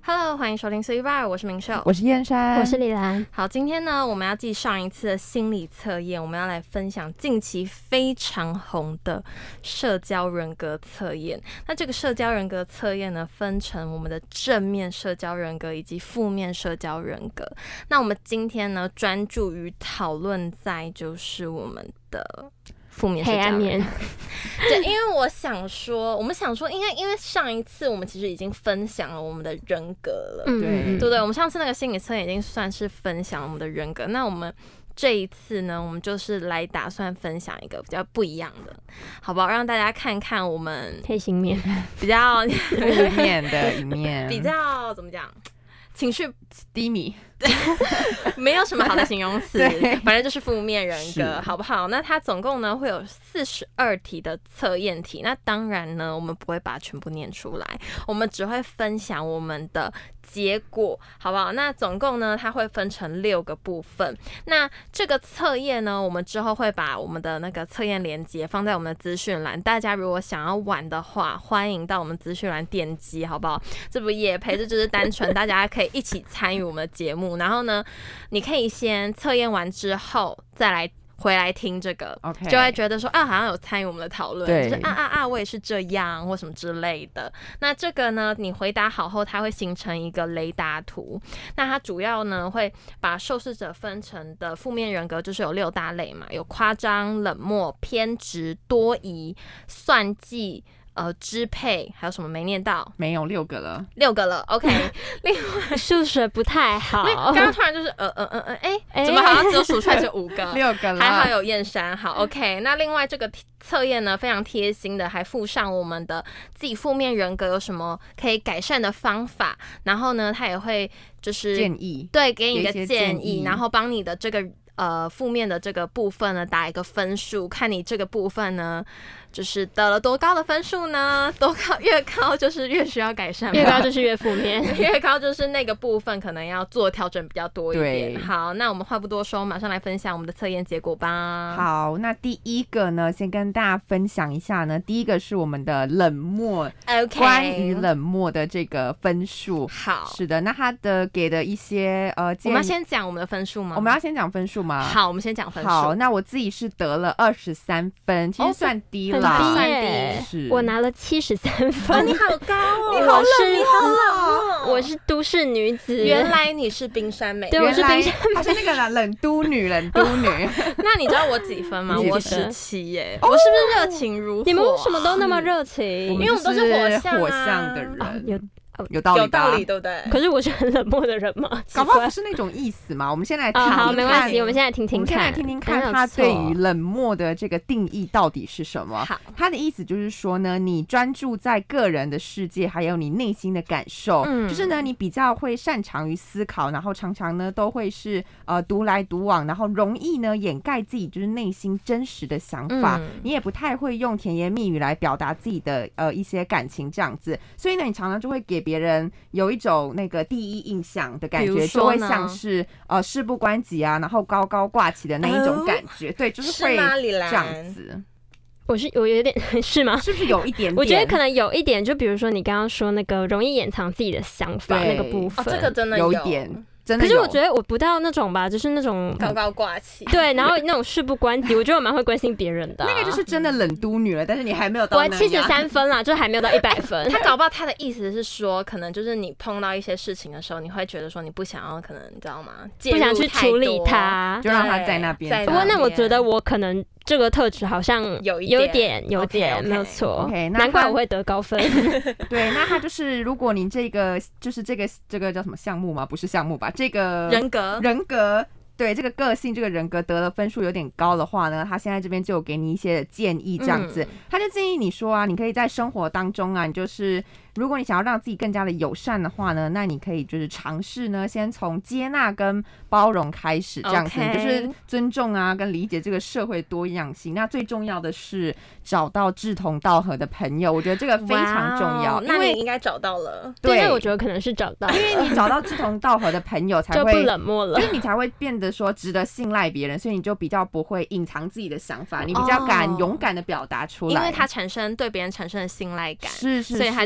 Hello， 欢迎收听Sweet Bar， 我是明秀， 我是燕山， 我是李兰。 好，今天呢，我们要继上一次的心理测验，我们要来分享近期非常红的社交人格测验。那这个社交人格测验呢，分成我们的正面社交人格以及负面社交人格。那我们今天呢，专注于讨论在就是我们的负面社交人格，黑暗面。对，因为我们想说，因为上一次我们其实已经分享了我们的人格了，对不对？我们上次那个心理测验已经算是分享了我们的人格，那我们这一次呢，我们就是来打算分享一个比较不一样的，好不好？让大家看看我们黑心面， 比较负面的一面， 比较怎么讲？情绪低迷， 没有什么好的形容词，反正就是负面人格，好不好？那它总共呢会有42题的测验题，那当然呢，我们不会把它全部念出来，我们只会分享我们的结果，好不好？那总共呢，它会分成6个部分。那这个测验呢，我们之后会把我们的那个测验连结放在我们的资讯栏，大家如果想要玩的话，欢迎到我们资讯栏点击，好不好？这不业配，这就是单纯大家可以一起参与我们的节目。然后呢，你可以先测验完之后再来回来听这个， okay. 就会觉得说好像有参与我们的讨论，就是我也是这样或什么之类的。那这个呢，你回答好后，它会形成一个雷达图。那它主要呢会把受试者分成的负面人格，就是有6大类嘛，有夸张、冷漠、偏执、多疑、算计。支配还有什么没念到？ 没有6个了 ，6个了。OK， 另外数学不太好， 刚刚突然就是怎么好像只有数出来就5个 ，6个了， 还好有燕山。好 ，OK。那另外这个测验呢，非常贴心的，还附上我们的自己负面人格有什么可以改善的方法，然后呢，他也会就是建议， 对，给你一个建议，然后帮你的这个负面的这个部分呢打一个分数，看你这个部分呢就是得了多高的分数呢？越高就是越需要改善， 越高就是越负面， 越高就是那个部分可能要做调整比较多一点。好，那我们话不多说，马上来分享我们的测验结果吧。 好，那第一个呢，先跟大家分享一下呢，第一个是我们的冷漠， OK， 关于冷漠的这个分数。 好， 是的，那他的给的一些我们要先讲我们的分数吗？ 我们要先讲分数吗？ 好，我们先讲分数。 好，那我自己是得了23分，其实算低了， 算低， 是我拿了73分。 你好高哦， 你好冷哦，我是都市女子。 原来你是冰山美人， 对，我是冰山， 她是那个冷都女，冷都女。 那你知道我几分吗？我17耶， 我是不是热情如火？ 你们为什么都那么热情？ 因为我们都是火象的人。有道理，对不对？ 可是我是很冷漠的人吗？ 搞不好不是那种意思嘛。我们先来听听看， 好，没关系，我们现在听听看， 先来听听看他对于冷漠的这个定义到底是什么。好，他的意思就是说呢，你专注在个人的世界，还有你内心的感受，就是呢，你比较会擅长于思考，然后常常呢都会是独来独往，然后容易呢掩盖自己就是内心真实的想法。你也不太会用甜言蜜语来表达自己的一些感情这样子，所以呢，你常常就会给别人有一种那个第一印象的感觉，就会像是事不关己啊，然后高高挂起的那一种感觉，对，就是会这样子。 我有点是吗？ 是不是有一点点？ 我觉得可能有一点，就比如说你刚刚说那个容易掩藏自己的想法那个部分， 这个真的有一点。 可是我觉得我不到那种吧，就是那种高高挂起， 对，然后那种事不关己，我觉得我蛮会关心别人的。 那个就是真的冷都女了，但是你还没有到那样。 我73分啦，就还没有到100分。 他搞不好他的意思是说，可能就是你碰到一些事情的时候，你会觉得说你不想要，可能你知道吗？ 不想去处理它， 就让他在那边。 不过那我觉得我可能这个特质好像有点，没有错。 OK， 难怪我会得高分。 对，那他就是如果你这个就是这个叫什么项目吗？不是项目吧？这个人格。对，这个个性这个人格得了分数有点高的话呢，他现在这边就有给你一些建议这样子。他就建议你说啊，你可以在生活当中啊，你就是如果你想要让自己更加的友善的话呢，那你可以就是尝试呢，先从接纳跟包容开始这样子，就是尊重啊跟理解这个社会多样性。那最重要的是找到志同道合的朋友，我觉得这个非常重要。 那你应该找到了。 对，我觉得可能是找到了， 因为你找到志同道合的朋友才会就不冷漠了， 就是你才会变得说值得信赖别人，所以你就比较不会隐藏自己的想法，你比较敢勇敢的表达出来， 因为他对别人产生了信赖感， 是， 所以他就会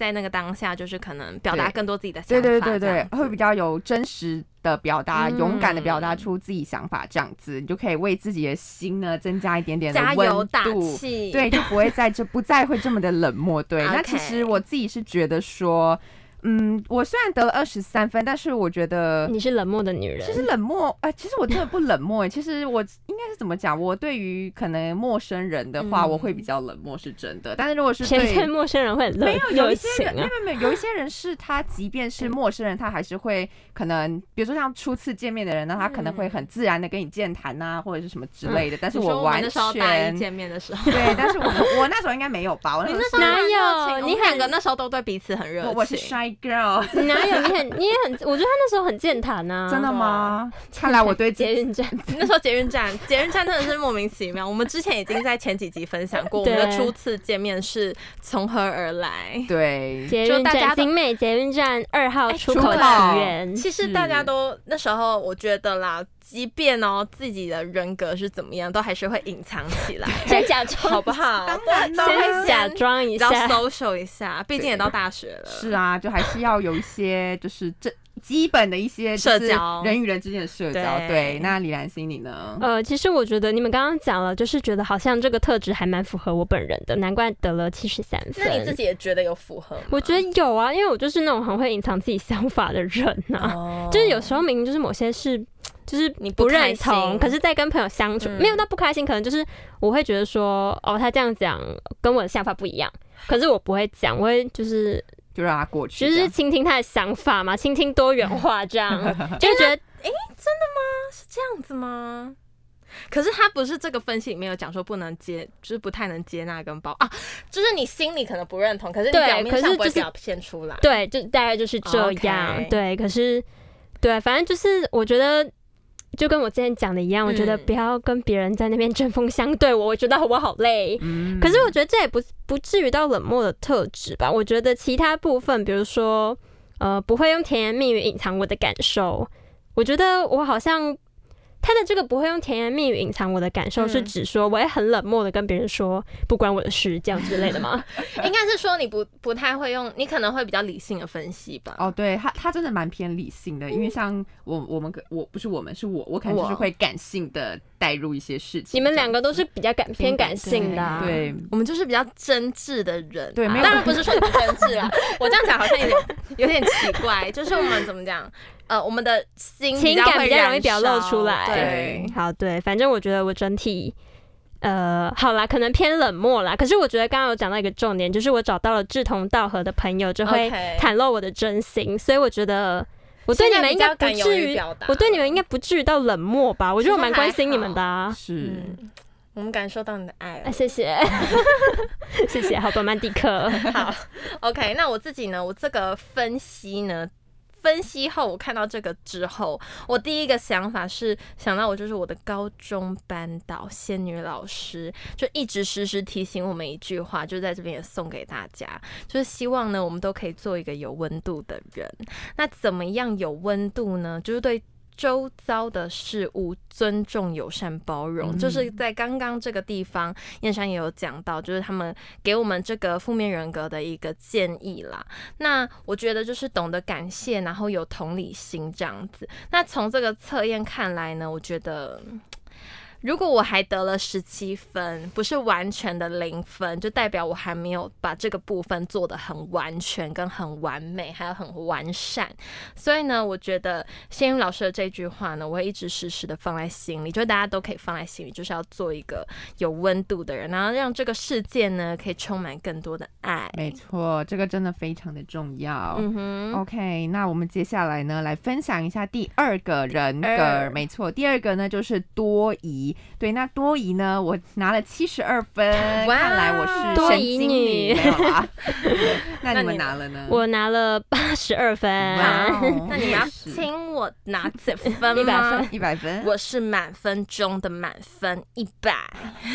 在那个当下，就是可能表达更多自己的想法， 对，会比较有真实的表达，勇敢的表达出自己想法，这样子你就可以为自己的心呢增加一点点的温度， 加油打气， 对，就不再会这么的冷漠。对，那其实我自己是觉得说。我虽然得了23分，但是我觉得你是冷漠的女人。 其实冷漠，其实我真的不冷漠。其实我应该是怎么讲？我对于可能陌生人的话，我会比较冷漠，是真的。但是如果是对陌生人会很没有一些人，没有一些人是他，即便是陌生人，他还是会可能，比如说像初次见面的人呢，他可能会很自然的跟你健谈啊，或者是什么之类的。但是我完全大一见面的时候， 对，但是我那时候应该没有吧？我那时候哪有？ 你两个那时时候都对彼此很热情。 我是 shy girl， 你哪有？你也很，我觉得他那时候很健谈啊。 真的吗？看来我对捷运站， 那时候捷运站真的是莫名其妙。我们之前已经在前几集分享过，我们的初次见面是从何而来。 对， 捷运站，景美捷运站2号出口起源。 其实大家都那时候，我觉得啦。即便自己的人格是怎么样，都还是会隐藏起来， 先假装好不好？ 当然先假装一下， 然后 social 一下，毕竟也到大学了。 是啊，就还是要有一些就是基本的一些社交， 人与人之间的社交。对，那李兰心你呢？ 其实我觉得你们刚刚讲了，就是觉得好像这个特质还蛮符合我本人的，难怪得了73分。 那你自己也觉得有符合吗？ 我觉得有啊，因为我就是那种很会隐藏自己想法的人啊。就是有时候明明就是某些事。就是你不认同，可是在跟朋友相处，没有到不开心，可能就是我会觉得说，他这样讲跟我的想法不一样，可是我不会讲，我会就让他过去， 就是倾听他的想法嘛，倾听多元化这样，就觉得， 真的吗？是这样子吗？可是他不是这个分析里面有讲说不能接，就是不太能接纳跟包啊，就是你心里可能不认同，可是你表面上不会表现出来， 对，就大概就是这样，对，可是对，反正就是我觉得。就跟我之前讲的一样，我觉得不要跟别人在那边针锋相对，我觉得我好累。可是我觉得这也不至于到冷漠的特质吧。我觉得其他部分，比如说不会用甜言蜜语隐藏我的感受，我觉得我好像。他的这个不会用甜言蜜语隐藏我的感受，是指说我也很冷漠的跟别人说不关我的事这样之类的吗？ 应该是说你不太会用，你可能会比较理性的分析吧。 对，他真的蛮偏理性的，因为像我不是我们是我可能就是会感性的带入一些事情。 你们两个都是比较偏感性的啊， 对， 我们就是比较真挚的人。 对， 当然不是说你不真挚啦，我这样讲好像有点奇怪，就是我们怎么讲？我们的情感比较容易表露出来。 对， 好，对，反正我觉得我整体，好啦，可能偏冷漠啦。可是我觉得刚刚有讲到一个重点，就是我找到了志同道合的朋友，就会袒露我的真心。所以我觉得我对你们应该不至于，我对你们应该不至于到冷漠吧？我觉得我蛮关心你们的啊。 是。 我们感受到你的爱了， 谢谢，谢谢，好，罗曼蒂克。 好 ，OK， 那我自己呢？我这个分析后，我看到这个之后，我第一个想法是想到就是我的高中班导仙女老师，就一直时时提醒我们一句话，就在这边也送给大家，就是希望呢我们都可以做一个有温度的人。那怎么样有温度呢？就是对周遭的事物尊重、友善、包容，就是在刚刚这个地方，燕山也有讲到，就是他们给我们这个负面人格的一个建议啦。那我觉得就是懂得感谢，然后有同理心这样子。那从这个测验看来呢，我觉得。如果我还得了17分，不是完全的0分，就代表我还没有把这个部分做得很完全跟很完美，还有很完善。所以呢，我觉得仙女老师的这句话呢，我会一直时时的放在心里，就大家都可以放在心里，就是要做一个有温度的人，然后让这个世界呢可以充满更多的爱。 没错，这个真的非常的重要。OK， 那我们接下来呢来分享一下第2个人格。没错，第2个呢就是多疑。对，那多疑呢，我拿了72分，看来我是多疑女， 没有啦。那你们拿了呢？ 我拿了82分。 那你们要听我拿几分吗 ？100分。 我是满分中的满分100。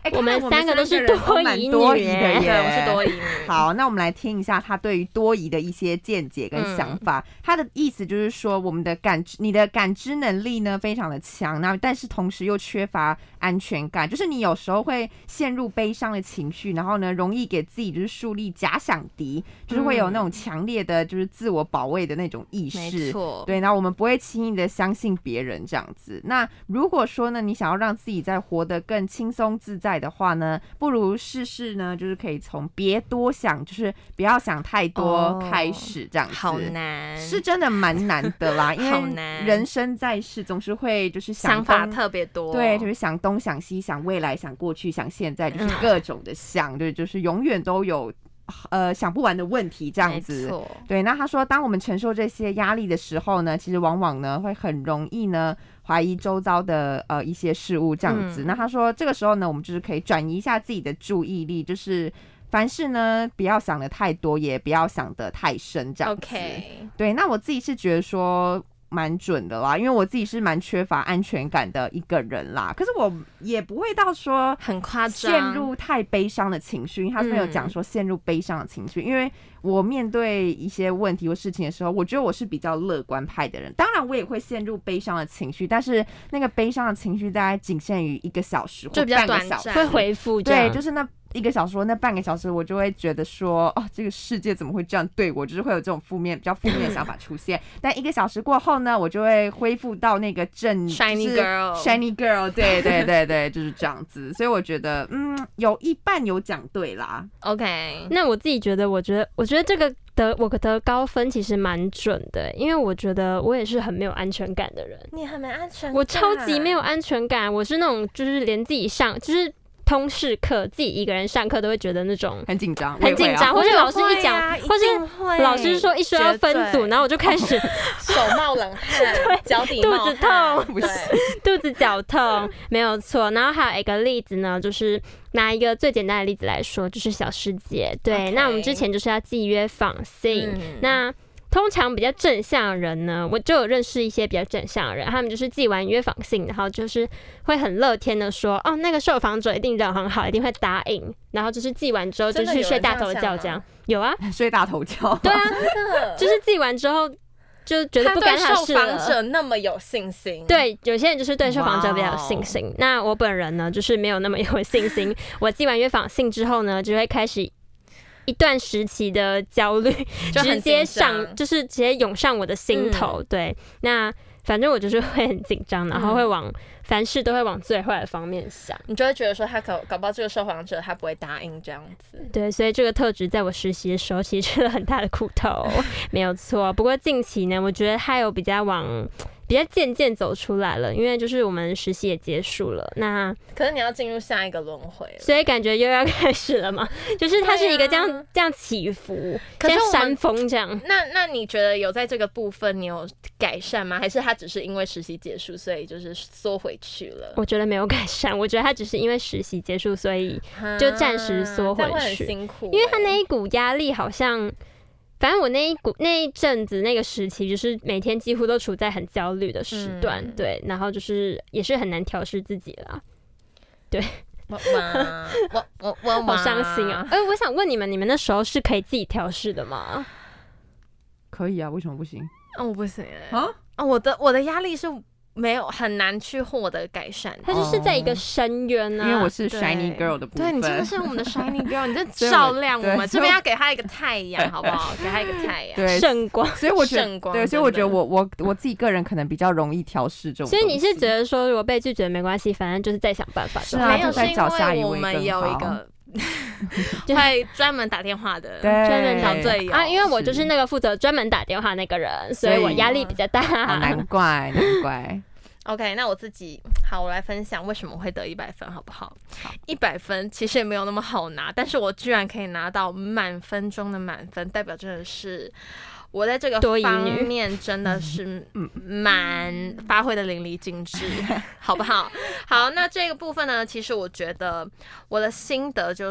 我们3个都是多疑女， 对， 我是多疑女。 好，那我们来听一下他对于多疑的一些见解跟想法。他的意思就是说，你的感知能力呢非常的强，那但是同时又缺乏安全感，就是你有时候会陷入悲伤的情绪，然后呢容易给自己就是树立假想敌，就是会有那种强烈的就是自我保卫的那种意识。 没错， 对，那我们不会轻易的相信别人这样子。那如果说呢，你想要让自己在活得更轻松自在的话呢，不如试试呢，就是可以从别多想，就是不要想太多开始这样子。 好难， 是真的蛮难的啦，因为人生在世总是会就是想法特别多， 对，就是想东想西，想未来，想过去，想现在，就是各种的想，对，就是永远都有想不完的问题这样子。对，那他说，当我们承受这些压力的时候呢，其实往往呢会很容易呢怀疑周遭的一些事物这样子。那他说，这个时候呢，我们就是可以转移一下自己的注意力，就是凡事呢不要想得太多，也不要想得太深这样子。对，那我自己是觉得说蛮准的啦，因为我自己是蛮缺乏安全感的一个人啦。可是我也不会到说很夸张陷入太悲伤的情绪，因为他没有讲说陷入悲伤的情绪，因为我面对一些问题或事情的时候，我觉得我是比较乐观派的人。当然我也会陷入悲伤的情绪，但是那个悲伤的情绪大概仅限于1个小时或半个小时， 会回复。 对，就是那1个小时，那半个小时，我就会觉得说，哦，这个世界怎么会这样对我？就是会有这种比较负面的想法出现。但1个小时过后呢，我就会恢复到那个 shiny girl， 对对对对，就是这样子。所以我觉得，有一半有讲对啦。 OK， 那我自己觉得，我觉得这个我得高分其实蛮准的，因为我觉得我也是很没有安全感的人。 你很没安全感？ 我超级没有安全感，我是那种就是连自己就是通识课自己一个人上课都会觉觉得那种很紧张， 或是老师一讲，或是老师说一说要分组，然后我就开始手冒冷汗，脚底肚子痛， 肚子绞痛，没有错。然后还有一个例子呢，就是拿一个最简单的例子来说，就是小师姐。对，那我们之前就是要祭约访信，那通常比较正向的人呢，我就有认识一些比较正向的人，他们就是寄完约访信，然后就是会很乐天的说，哦，那个受访者一定人很好，一定会答应，然后就是寄完之后就是睡大头觉这样。有啊， 睡大头觉。 对啊，就是寄完之后就觉得不干他的事了。 他对受访者那么有信心。 对，有些人就是对受访者比较有信心。那我本人呢，就是没有那么有信心。我寄完约访信之后呢，就会开始一段时期的焦虑，直接涌上我的心头。对，那反正我就是会很紧张，然后会凡事都会往最坏的方面想。 你就会觉得说他搞不好这个受访者他不会答应这样子。 对，所以这个特质在我实习的时候其实吃了很大的苦头，没有错。不过近期呢，我觉得他有比较渐渐走出来了，因为就是我们实习也结束了，那可是你要进入下一个轮回了， 所以感觉又要开始了嘛，就是它是一个这样起伏，像山峰这样。 那你觉得有在这个部分你有改善吗？还是他只是因为实习结束，所以就是缩回去了？ 我觉得没有改善，我觉得他只是因为实习结束，所以就暂时缩回去。 这会很辛苦， 因为他那一股压力好像。反正我那一阵子那个时期，就是每天几乎都处在很焦虑的时段，对，然后就是也是很难调试自己啦，对， 我好伤心啊！我想问你们那时候是可以自己调试的吗？ 可以啊，为什么不行？ 我不行我的压力是。没有很难去获得改善， 它就是在一个深渊啊。 因为我是 shiny girl 的部分， 对，你真的是我们的 shiny girl， 你在照亮我们这边，要给他一个太阳，好不好？给他一个太阳， 对， 圣光。 所以我觉得，对，所以我觉得我自己个人可能比较容易调试这种。 所以你是觉得说，如果被拒绝没关系，反正就是再想办法。 是啊， 没有， 再找下一位我们有一个。会专门打电话的， 专门找队友啊，因为我就是那个负责专门打电话那个人，所以我压力比较大。 难怪。 OK， 那我自己好，我来分享为什么会得100分，好不好？好，100分其实也没有那么好拿，但是我居然可以拿到满分中的满分，代表真的是我在这个方面真的是蛮发挥的淋漓尽致，好不好？好，那这个部分呢，其实我觉得我的心得就是，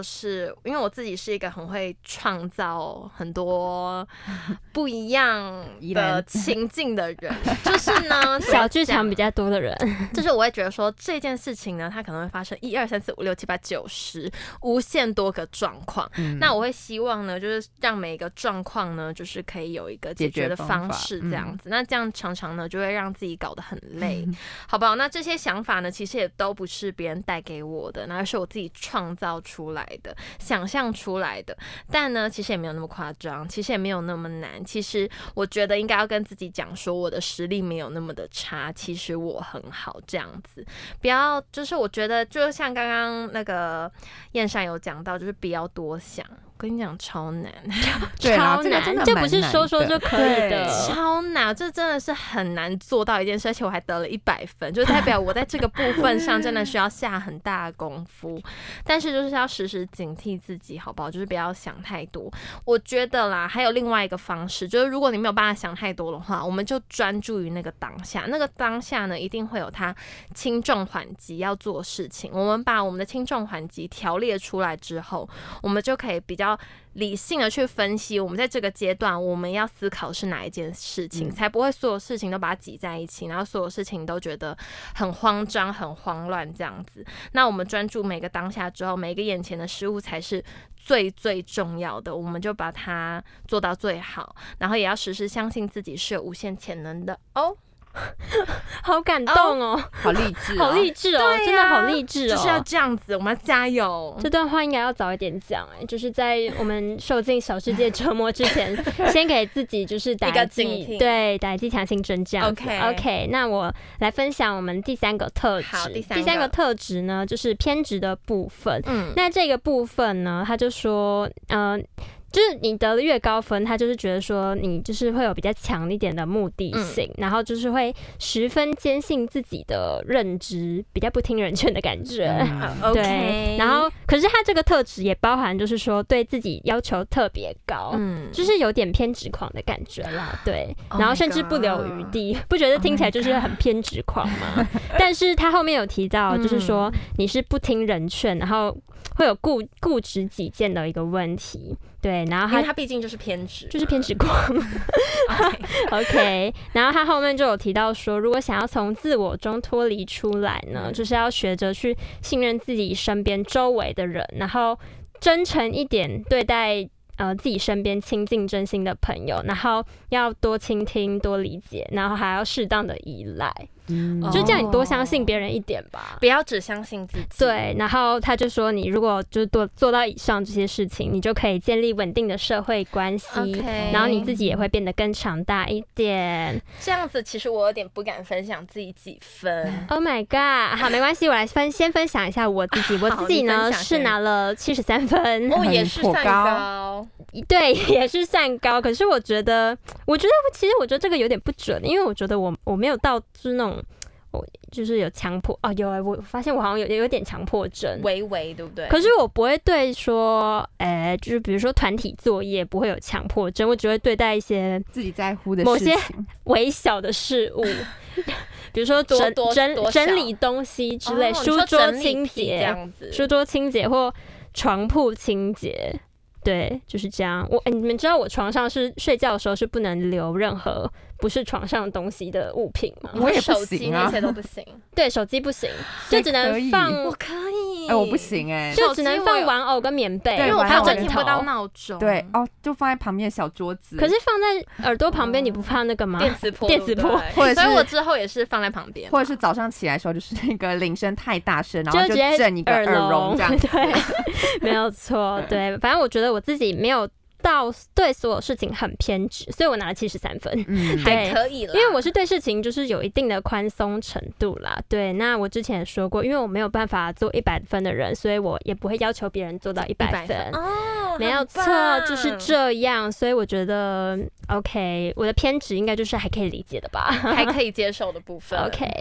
因为我自己是一个很会创造很多不一样的情境的人，就是呢小剧场比较多的人， 就是我会觉得说这件事情呢，它可能会发生1、2、3、4、5、6、7、8、9、10无限多个状况。那我会希望呢，就是让每一个状况呢，就是可以有一个解决的方式，这样子。那这样常常呢，就会让自己搞得很累，好不好？那这些想法呢，其实也都不是别人带给我的，那是我自己创造出来的、想象出来的。但呢，其实也没有那么夸张，其实也没有那么难。其实我觉得应该要跟自己讲说，我的实力没有那么的差，其实我很好，这样子。不要，就是我觉得，就像刚刚那个燕山有讲到，就是不要多想。我跟你讲，超难， 超难， 这不是说说就可以的， 超难，这真的是很难做到一件事，而且我还得了100分，就代表我在这个部分上真的需要下很大的功夫。但是就是要时时警惕自己，好不好？就是不要想太多。我觉得啦，还有另外一个方式，就是如果你没有办法想太多的话，我们就专注于那个当下。那个当下呢，一定会有它轻重缓急要做的事情。我们把我们的轻重缓急条列出来之后，我们就可以比较理性的去分析，我们在这个阶段我们要思考是哪一件事情，才不会所有事情都把它挤在一起，然后所有事情都觉得很慌张、很慌乱这样子。那我们专注每个当下之后，每一个眼前的事物才是最最重要的，我们就把它做到最好，然后也要时时相信自己是有无限潜能的哦。 好感动哦， 好励志， 好励志哦，真的好励志哦， 就是要这样子，我们要加油。 这段话应该要早一点讲，就是在我们受尽小世界折磨之前，先给自己就是打一剂，对，打一剂强心针这样子。OK， 那我来分享我们第3个特质。第三个特质呢，就是偏执的部分。那这个部分呢，他就说，就是你得了越高分，他就是觉得说你就是会有比较强一点的目的性，然后就是会十分坚信自己的认知，比较不听人劝的感觉。对，然后可是他这个特质也包含就是说对自己要求特别高，就是有点偏执狂的感觉啦。对，然后甚至不留余地，不觉得听起来就是很偏执狂吗？但是他后面有提到，就是说你是不听人劝，然后会有固执己见的一个问题。对，然后因为他毕竟就是偏执， 就是偏执狂。OK， 然后他后面就有提到说，如果想要从自我中脱离出来呢，就是要学着去信任自己身边周围的人，然后真诚一点对待自己身边亲近真心的朋友，然后要多倾听、多理解，然后还要适当的依赖。就叫你多相信别人一点吧， 不要只相信自己。 对，然后他就说，你如果就是做到以上这些事情，你就可以建立稳定的社会关系，然后你自己也会变得更强大一点。 这样子，其实我有点不敢分享自己几分。 Oh my god！ 好，没关系，我来先分享一下我自己。我自己呢是拿了73分， 也是算高。 对，也是算高。可是我觉得其实这个有点不准，因为我觉得我没有到就是那种。我就是有强迫有我发现我好像有点强迫症， 微对不对？ 可是我不会对说，就是比如说团体作业不会有强迫症，我只会对待一些自己在乎的事情， 某些微小的事物，比如说整理东西之类，书桌清洁或床铺清洁。对，就是这样。你们知道我床上是睡觉的时候是不能留任何不是床上东西的物品吗？ 我也不行啊， 手机那些都不行。 对，手机不行，就只能放。 我可以， 我不行就只能放玩偶跟棉被， 因为我怕我听不到闹钟。 对就放在旁边的小桌子。 可是放在耳朵旁边，你不怕那个吗？ 电磁波， 或者是， 所以我之后也是放在旁边， 或者是早上起来的时候，就是那个铃声太大声，然后就震一个耳聋这样子。 对，没有错。对，反正我觉得我自己没有到对所有事情很偏执，所以我拿了73分， 还可以啦。 因为我是对事情就是有一定的宽松程度啦。对，那我之前也说过，因为我没有办法做100分的人，所以我也不会要求别人做到100分。没有错，就是这样。所以我觉得 OK， 我的偏执应该就是还可以理解的吧， 还可以接受的部分。 OK。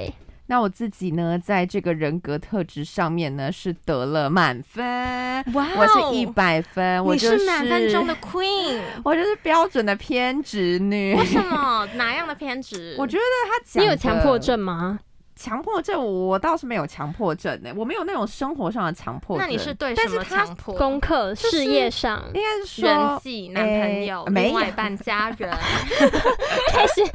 那我自己呢，在这个人格特质上面呢，是得了满分。哇，我是100分，我就是满分中的 queen， 我就是标准的偏执女。 为什么？哪样的偏执？ 我觉得他讲你有强迫症吗？ 强迫症我倒是没有强迫症呢，我没有那种生活上的强迫症。 那你是对什么强迫？ 功课、事业上， 应该是说人际、男朋友、另外一半、家人， 开始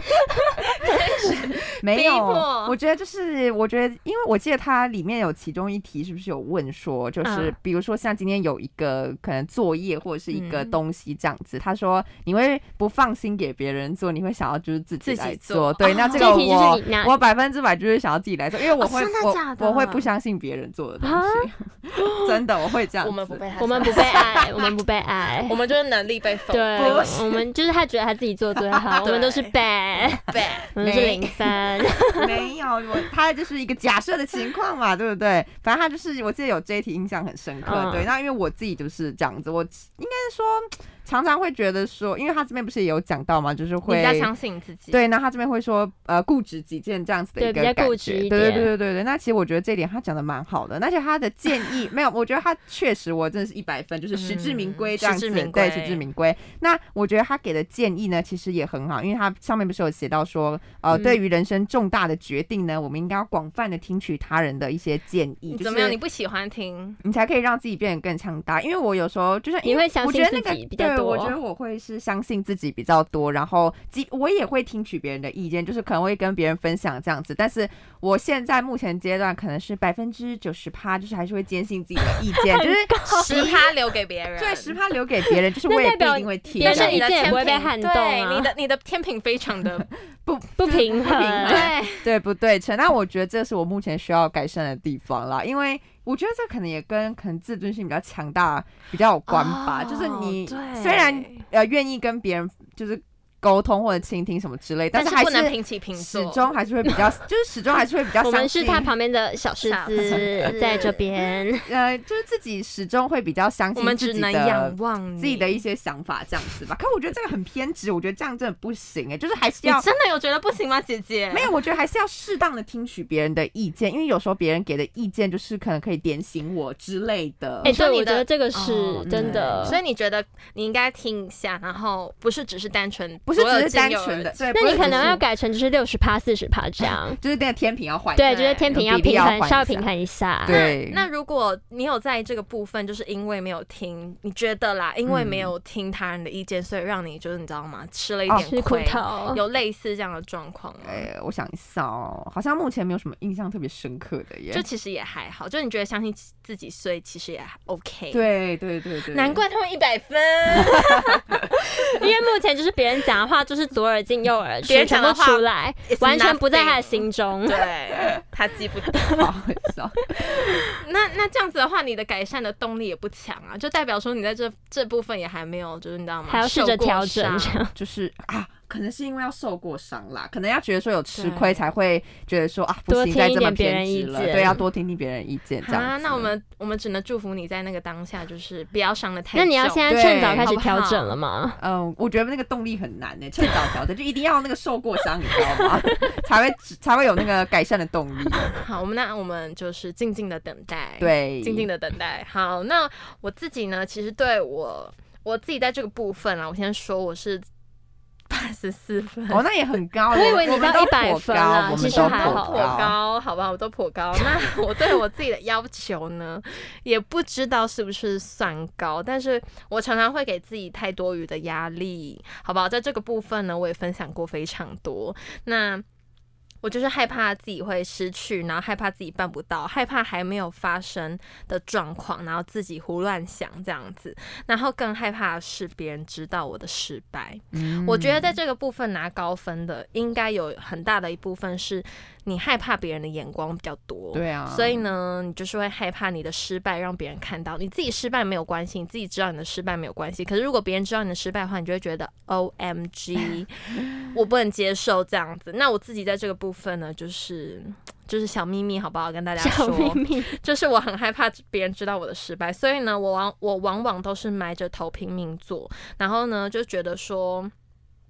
没有。我觉得，因为我记得它里面有其中一题是不是有问说，就是比如说像今天有一个可能作业或者是一个东西这样子，他说你会不放心给别人做，你会想要就是自己来做。对，那这个我100%就是想要自己来做，因为我会不相信别人做的东西，真的我会这样子。 我们不被爱， 我们不被爱， 我们就是能力被否定。 对，我们就是他觉得他自己做最好，我们都是 bad， 我们是0分。 没有，他就是一个假设的情况嘛，对不对？反正他就是我记得有这一题印象很深刻，对。那因为我自己就是这样子，我应该是说。常常会觉得说，因为他这边不是也有讲到嘛，就是会你比较相信你自己。 对，那他这边会说，固执己见这样子的一个感觉。 对，比较固执一点。 对。那其实我觉得这一点他讲的蛮好的，而且他的建议没有，我觉得他确实我真的是100分，就是实至名归这样子。对，实至名归。那我觉得他给的建议呢，其实也很好，因为他上面不是有写到说，对于人生重大的决定呢，我们应该要广泛的听取他人的一些建议。 怎么样？你不喜欢听， 你才可以让自己变得更强大。因为我有时候就是你会相信自己比较多。 我觉得我会是相信自己比较多，然后我也会听取别人的意见，就是可能会跟别人分享这样子。但是我现在目前阶段可能是90%，就是还是会坚信自己的意见，就是 10%留给别人， 对，10%留给别人，就是我也不一定会听。 但是你的天平对，你的天平非常的不平衡， 对不对称？那我觉得这是我目前需要改善的地方啦，因为。我觉得这可能也跟自尊心比较强大比较有关吧，就是你虽然愿意跟别人就是沟通或者倾听什么之类，但是还是不能平起平坐， 始终还是会比较，就是始终还是会比较相信。 我们是他旁边的小狮子，在这边， 就是自己始终会比较相信自己的， 我们只能仰望自己的一些想法这样子吧。可我觉得这个很偏执，我觉得这样真的不行就是还是要。 你真的有觉得不行吗，姐姐？ 没有，我觉得还是要适当的听取别人的意见，因为有时候别人给的意见就是可能可以点醒我之类的。 对，我觉得这个是真的。 所以你觉得你应该听一下，然后不是只是单纯。 不是只是单纯的， 那你可能要改成就是60%、40%这样， 就是那个天平要换， 对，就是天平要平衡，稍微平衡一下。 对， 那如果你有在这个部分，就是因为没有听，你觉得啦，因为没有听他人的意见，所以让你就是你知道吗，吃了一点亏，有类似这样的状况吗？ 我想一下好像目前没有什么印象特别深刻的耶。 就其实也还好，就你觉得相信自己，所以其实也 OK。 对， 难怪他会100分， 因为目前就是别人讲的话就是左耳进右耳出，别人讲的话出来，完全不在他的心中。 对，他记不得。 好笑。 那这样子的话，你的改善的动力也不强啊，就代表说你在这部分也还没有，就是你知道吗？ 还要试着调整， 就是可能是因为要受过伤啦，可能要觉得说有吃亏才会觉得说不行，再这么偏执了，对，要多听听别人意见这样子。 那我们只能祝福你在那个当下就是不要伤得太重。 那你要现在趁早开始调整了吗？ 我觉得那个动力很难趁早调整，就一定要那个受过伤，你知道吗？才会有那个改善的动力。 好，我们就是静静的等待， 对， 静静的等待。好，那我自己呢，其实对我自己在这个部分我先说我是84分， 那也很高。 我以为你到100分啊， 其实还好， 颇高，好吧，我都颇高。那我对我自己的要求呢，也不知道是不是算高，但是我常常会给自己太多余的压力，好不好？在这个部分呢，我也分享过非常多。那我就是害怕自己会失去，然后害怕自己办不到，害怕还没有发生的状况，然后自己胡乱想这样子，然后更害怕的是别人知道我的失败。我觉得在这个部分拿高分的，应该有很大的一部分是你害怕别人的眼光比较多， 对啊， 所以呢，你就是会害怕你的失败让别人看到，你自己失败没有关系，你自己知道你的失败没有关系，可是如果别人知道你的失败的话，你就会觉得 OMG 我不能接受这样子。那我自己在这个部分呢，就是小秘密好不好，跟大家说， 小秘密就是我很害怕别人知道我的失败，所以呢我往往都是埋着头拼命做，然后呢就觉得说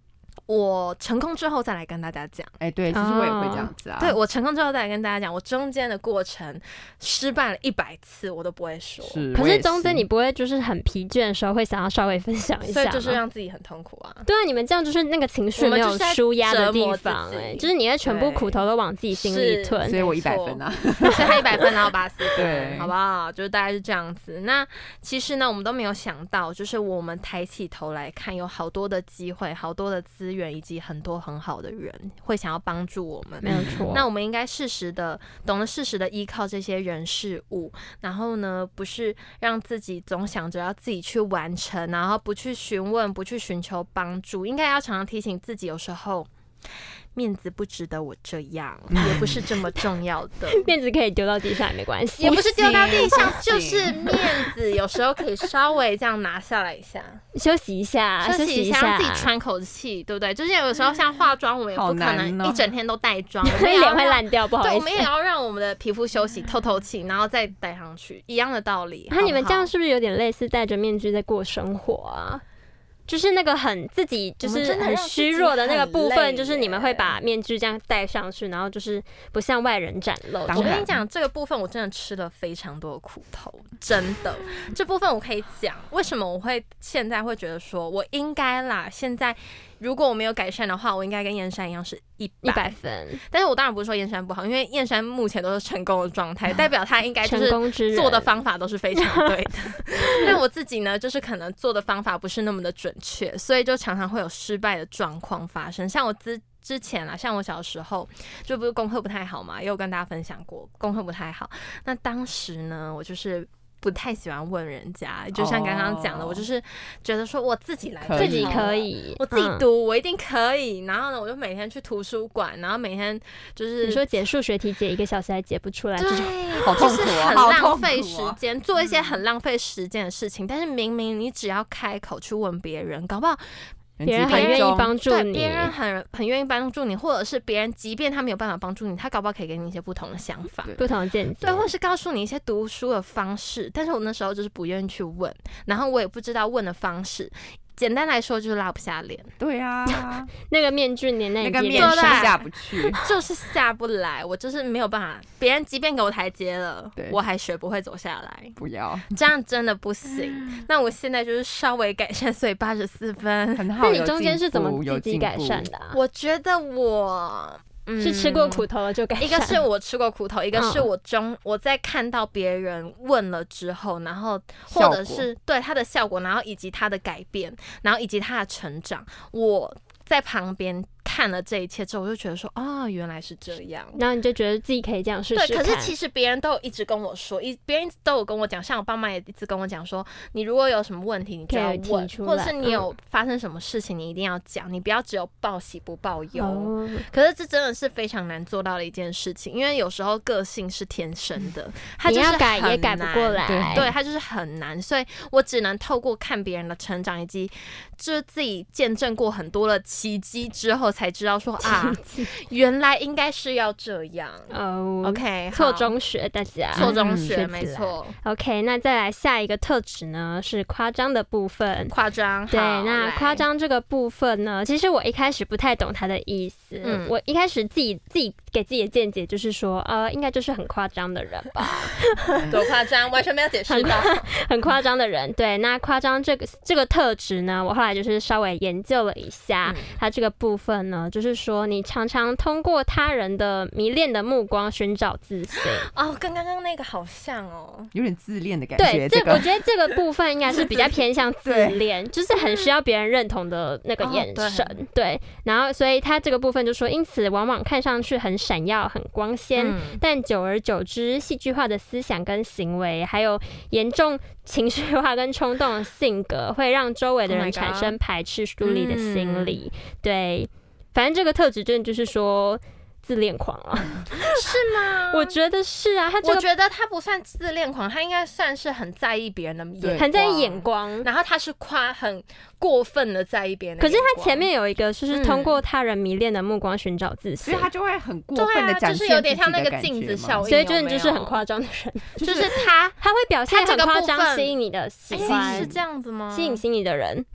我成功之后再来跟大家讲。 对，其实我也会这样子啊。 对，我成功之后再来跟大家讲，我中间的过程失败了100次，我都不会说。 可是中间你不会就是很疲倦的时候，会想要稍微分享一下吗？ 所以就是让自己很痛苦啊。 对啊，你们这样就是那个情绪没有抒压的地方，就是你的全部苦头都往自己心里吞。 所以我100分啊， 所以他100分，然后84分，好不好？就是大概是这样子。那其实呢，我们都没有想到，就是我们抬起头来看，有好多的机会，好多的资源，以及很多很好的人会想要帮助我们。 没有错。 那我们应该懂得适时的依靠这些人事物，然后呢，不是让自己总想着要自己去完成，然后不去询问，不去寻求帮助。应该要常常提醒自己，有时候面子不值得我这样，也不是这么重要的。 面子可以丢到地上也没关系， 也不是丢到地上，就是面子有时候可以稍微这样拿下来一下， 休息一下， 让自己喘口气，对不对？就是有时候像化妆，我们也不可能一整天都带妆，我们脸会烂掉，不好意思。 对，我们也要让我们的皮肤休息、透透气，然后再戴上去，一样的道理。 那你们这样是不是有点类似戴着面具在过生活啊？就是那个很自己就是很虚弱的那个部分，就是你们会把面具这样戴上去，然后就是不向外人展露。 我跟你讲，这个部分我真的吃了非常多的苦头，真的。这部分我可以讲，为什么我会现在会觉得说我应该啦，现在如果我没有改善的话，我应该跟燕山一样是100分。但是我当然不是说燕山不好，因为燕山目前都是成功的状态，代表他应该就是做的方法都是非常对的。但我自己呢，就是可能做的方法不是那么的准确，所以就常常会有失败的状况发生。像我之前啦，像我小时候就不是功课不太好嘛，也有跟大家分享过功课不太好。那当时呢，我就是不太喜欢问人家，就像刚刚讲的，我就是觉得说我自己来， 自己可以， 我自己读，我一定可以。然后呢，我就每天去图书馆，然后每天就是你说解数学题解1个小时还解不出来， 对， 好痛苦啊， 很浪费时间，做一些很浪费时间的事情。但是明明你只要开口去问别人，搞不好别人很愿意帮助你， 别人很愿意帮助你，或者是别人即便他没有办法帮助你，他搞不好可以给你一些不同的想法、 不同的见解， 对，或是告诉你一些读书的方式。但是我那时候就是不愿意去问，然后我也不知道问的方式。简单来说就是拉不下脸。 对啊， 那个面具粘在你那个面具下不去， 就是下不来。我就是没有办法，别人即便给我台阶了，我还学不会走下来。 不要， 这样真的不行。那我现在就是稍微改善，所以84分， 很好。 那你中间是怎么自己改善的啊？ 我觉得我。 是吃过苦头了就改善。 一个是我吃过苦头，一个是我在看到别人问了之后，然后或者是对他的效果，然后以及他的改变，然后以及他的成长，我在旁边看了这一切之后，我就觉得说啊，原来是这样。 然后你就觉得自己可以这样试试看。 对，可是其实别人都有一直跟我说，别人都有跟我讲，像我爸妈也一直跟我讲说，你如果有什么问题，你就要问，或者是你有发生什么事情，你一定要讲，你不要只有报喜不报忧。可是这真的是非常难做到的一件事情，因为有时候个性是天生的，他就是你要改也改不过来， 对，他就是很难，所以我只能透过看别人的成长，以及就是自己见证过很多的奇迹之后，才知道说啊，原来应该是要这样。OK， 错中学，大家错中学，没错。 OK， 那再来下一个特质呢，是夸张的部分。 夸张， 对，那夸张这个部分呢，其实我一开始不太懂它的意思。我一开始自己给自己的见解就是说，应该就是很夸张的人吧。 多夸张，完全没有解释到。 很夸张的人，对。那夸张这个特质呢，我后来就是稍微研究了一下，它这个部分呢，就是说你常常通过他人的迷恋的目光寻找自信。 哦，跟刚刚那个好像哦， 有点自恋的感觉。 对，我觉得这个部分应该是比较偏向自恋，就是很需要别人认同的那个眼神。对，然后所以他这个部分就说，因此往往看上去很闪耀、很光鲜，但久而久之，戏剧化的思想跟行为，还有严重情绪化跟冲动的性格，会让周围的人产生排斥、疏离的心理。对，反正这个特质真的就是说自恋狂啊。 是吗？ 我觉得是啊， 我觉得他不算自恋狂，他应该算是很在意别人的眼光， 很在意眼光， 然后他是很过分的在意别人的眼光。 可是他前面有一个就是通过他人迷恋的目光寻找自信， 所以他就会很过分的展现自己的感觉嘛， 就是有点像那个镜子效应， 所以就是很夸张的人， 就是他会表现很夸张，吸引你的喜欢， 是这样子吗？ 吸引心里的人。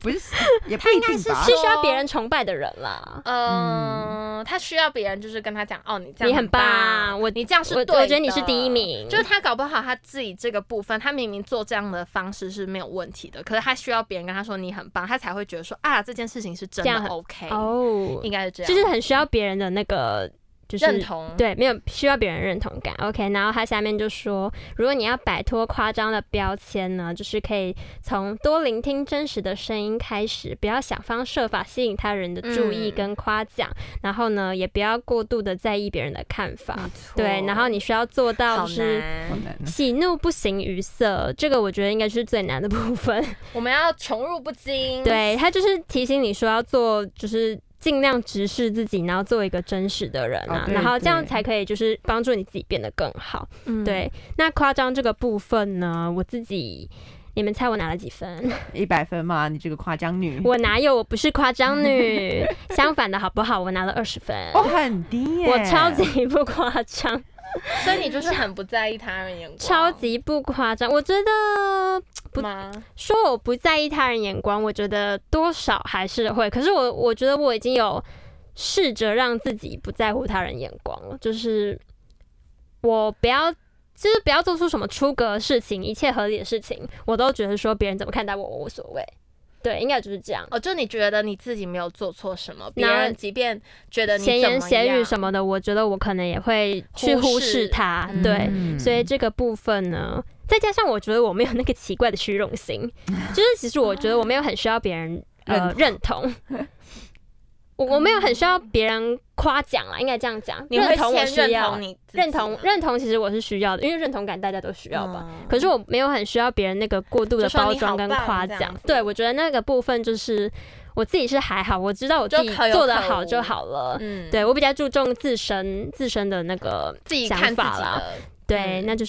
不是也不一定吧？ 是需要别人崇拜的人啦。 他需要别人就是跟他讲，哦，你这样你很棒， 你这样是对的， 我觉得你是第一名。 就是他搞不好他自己这个部分，他明明做这样的方式是没有问题的，可是他需要别人跟他说你很棒，他才会觉得说啊，这件事情是真的 OK 哦，应该是这样， 就是很需要别人的那个。就是认同， 对，没有需要别人认同感。OK， 然后他下面就说，如果你要摆脱夸张的标签呢，就是可以从多聆听真实的声音开始，不要想方设法吸引他人的注意跟夸奖，然后呢，也不要过度的在意别人的看法。对，然后你需要做到就是喜怒不形于色，这个我觉得应该是最难的部分。 我们要宠辱不惊。 对，他就是提醒你说要做就是。尽量直视自己，然后做一个真实的人啊，然后这样才可以就是帮助你自己变得更好。对，那夸张这个部分呢，我自己，你们猜我拿了几分 ？100分吗？你这个夸张女？ 我哪有？我不是夸张女，相反的好不好？我拿了20分， 哦，很低耶！ 我超级不夸张。 所以你就是很不在意他人眼光， 超级不夸张。我觉得不说我不在意他人眼光，我觉得多少还是会。可是我觉得我已经有试着让自己不在乎他人眼光了，就是我不要做出什么出格的事情，一切合理的事情，我都觉得说别人怎么看待我无所谓。对，应该就是这样。 就你觉得你自己没有做错什么，别人即便觉得你怎么样， 闲言闲语什么的，我觉得我可能也会去忽视他。对，所以这个部分呢，再加上我觉得我没有那个奇怪的虚荣心，就是其实我觉得我没有很需要别人认同。我没有很需要别人夸奖啦，应该这样讲。 认同我需要， 认同其实我是需要的，因为认同感大家都需要吧。可是我没有很需要别人那个过度的包装跟夸奖。对，我觉得那个部分就是我自己是还好，我知道我自己做得好就好了。对，我比较注重自身的那个想法啦。对，那就是。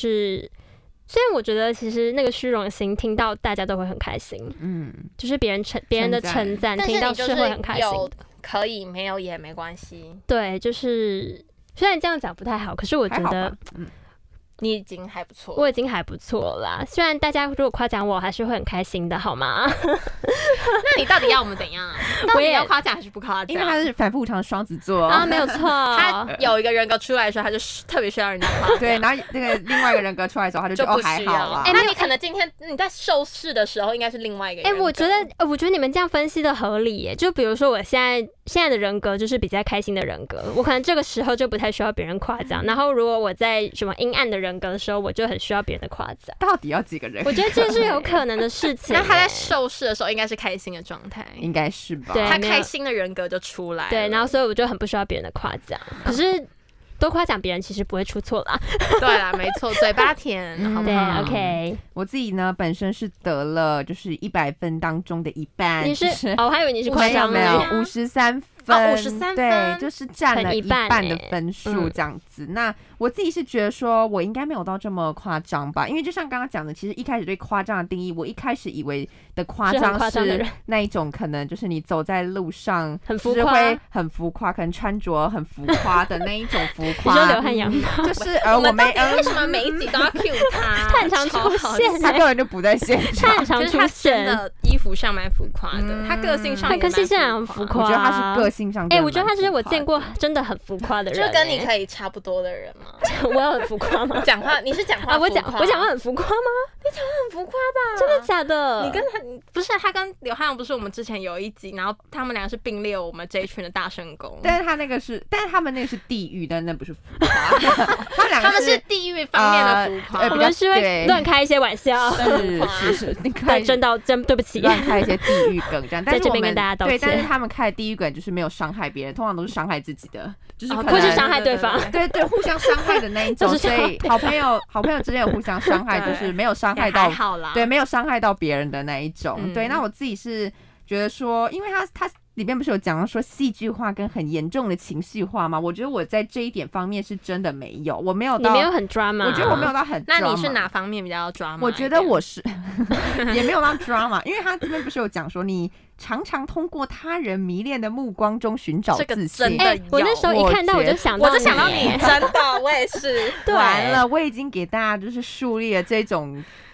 虽然我觉得其实那个虚荣心听到大家都会很开心，就是别人的称赞听到是会很开心的。 可以没有也没关系。 对，就是虽然这样讲不太好，可是我觉得你已经还不错， 我已经还不错啦。虽然大家如果夸奖我，还是会很开心的，好吗？ 那你到底要我们怎样？到底要夸奖还是不夸奖？ 因为他是反复无常的双子座啊，没有错。 他有一个人格出来的时候，他就特别需要人家夸奖。 对，然后那个另外一个人格出来的时候，他就还好啦。 那你可能今天你在受试的时候，应该是另外一个人格。 我觉得你们这样分析的合理耶。就比如说我现在的人格就是比较开心的人格，我可能这个时候就不太需要别人夸奖。然后如果我在什么阴暗的人格的时候，我就很需要别人的夸奖。 到底要几个人？ 我觉得这是有可能的事情。 那他在受试的时候应该是开心的状态， 应该是吧？ 对， 他开心的人格就出来了。 对，然后所以我就很不需要别人的夸奖。可是多夸奖别人其实不会出错啦。 对啦，没错，嘴巴甜，好不好？ 对 ，OK。 我自己呢，本身是得了就是100分当中的一半。 你是我还以为你是夸张没有53分。 53分， 对，就是占了一半的分数这样子。那我自己是觉得说，我应该没有到这么夸张吧，因为就像刚刚讲的，其实一开始对夸张的定义，我一开始以为的夸张是那一种，可能就是你走在路上很浮夸， 会很浮夸，可能穿着很浮夸的那一种浮夸。 你说流汗羊毛， 就是我们为什么每一集都要 cue 他？ 他很常出现， 他根本就不在现场。 他很常出现， 他的衣服上蛮浮夸的，他个性上也蛮浮夸。 我觉得他是个性上， 我觉得他是我见过真的很浮夸的人， 就跟你可以差不多的人吗？ 我有很浮夸吗？ 讲话你是讲话， 我讲话很浮夸吗？ 你讲话很浮夸吧？ 真的假的？ 你跟他不是他跟刘汉阳不是我们之前有一集，然后他们两个是并列我们这一群的大圣公， 但是他们那个是地狱，但那不是浮夸。 他们是地狱方面的浮夸， 我们是会乱开一些玩笑， 是， 真对不起， 乱开一些地狱梗这样。 在这边跟大家道歉。 对，但是他们开的地狱梗就是没有伤害别人，通常都是伤害自己的，就是或是伤害对方。 对，互相伤害的那一种。所以好朋友之间有互相伤害，就是没有伤害到，对，没有伤害到别人的那一种。对，那我自己是觉得说，因为他里面不是有讲到说戏剧化跟很严重的情绪化吗？我觉得我在这一点方面是真的没有，我没有到， 你没有很drama， 我觉得我没有到很drama。 那你是哪方面比较drama？ 我觉得我是也没有到drama，因为他这边不是有讲说你常常通过他人迷恋的目光中寻找自信。 我那时候一看到我就想到你，真的，我也是。 完了，我已经给大家就是树立了这种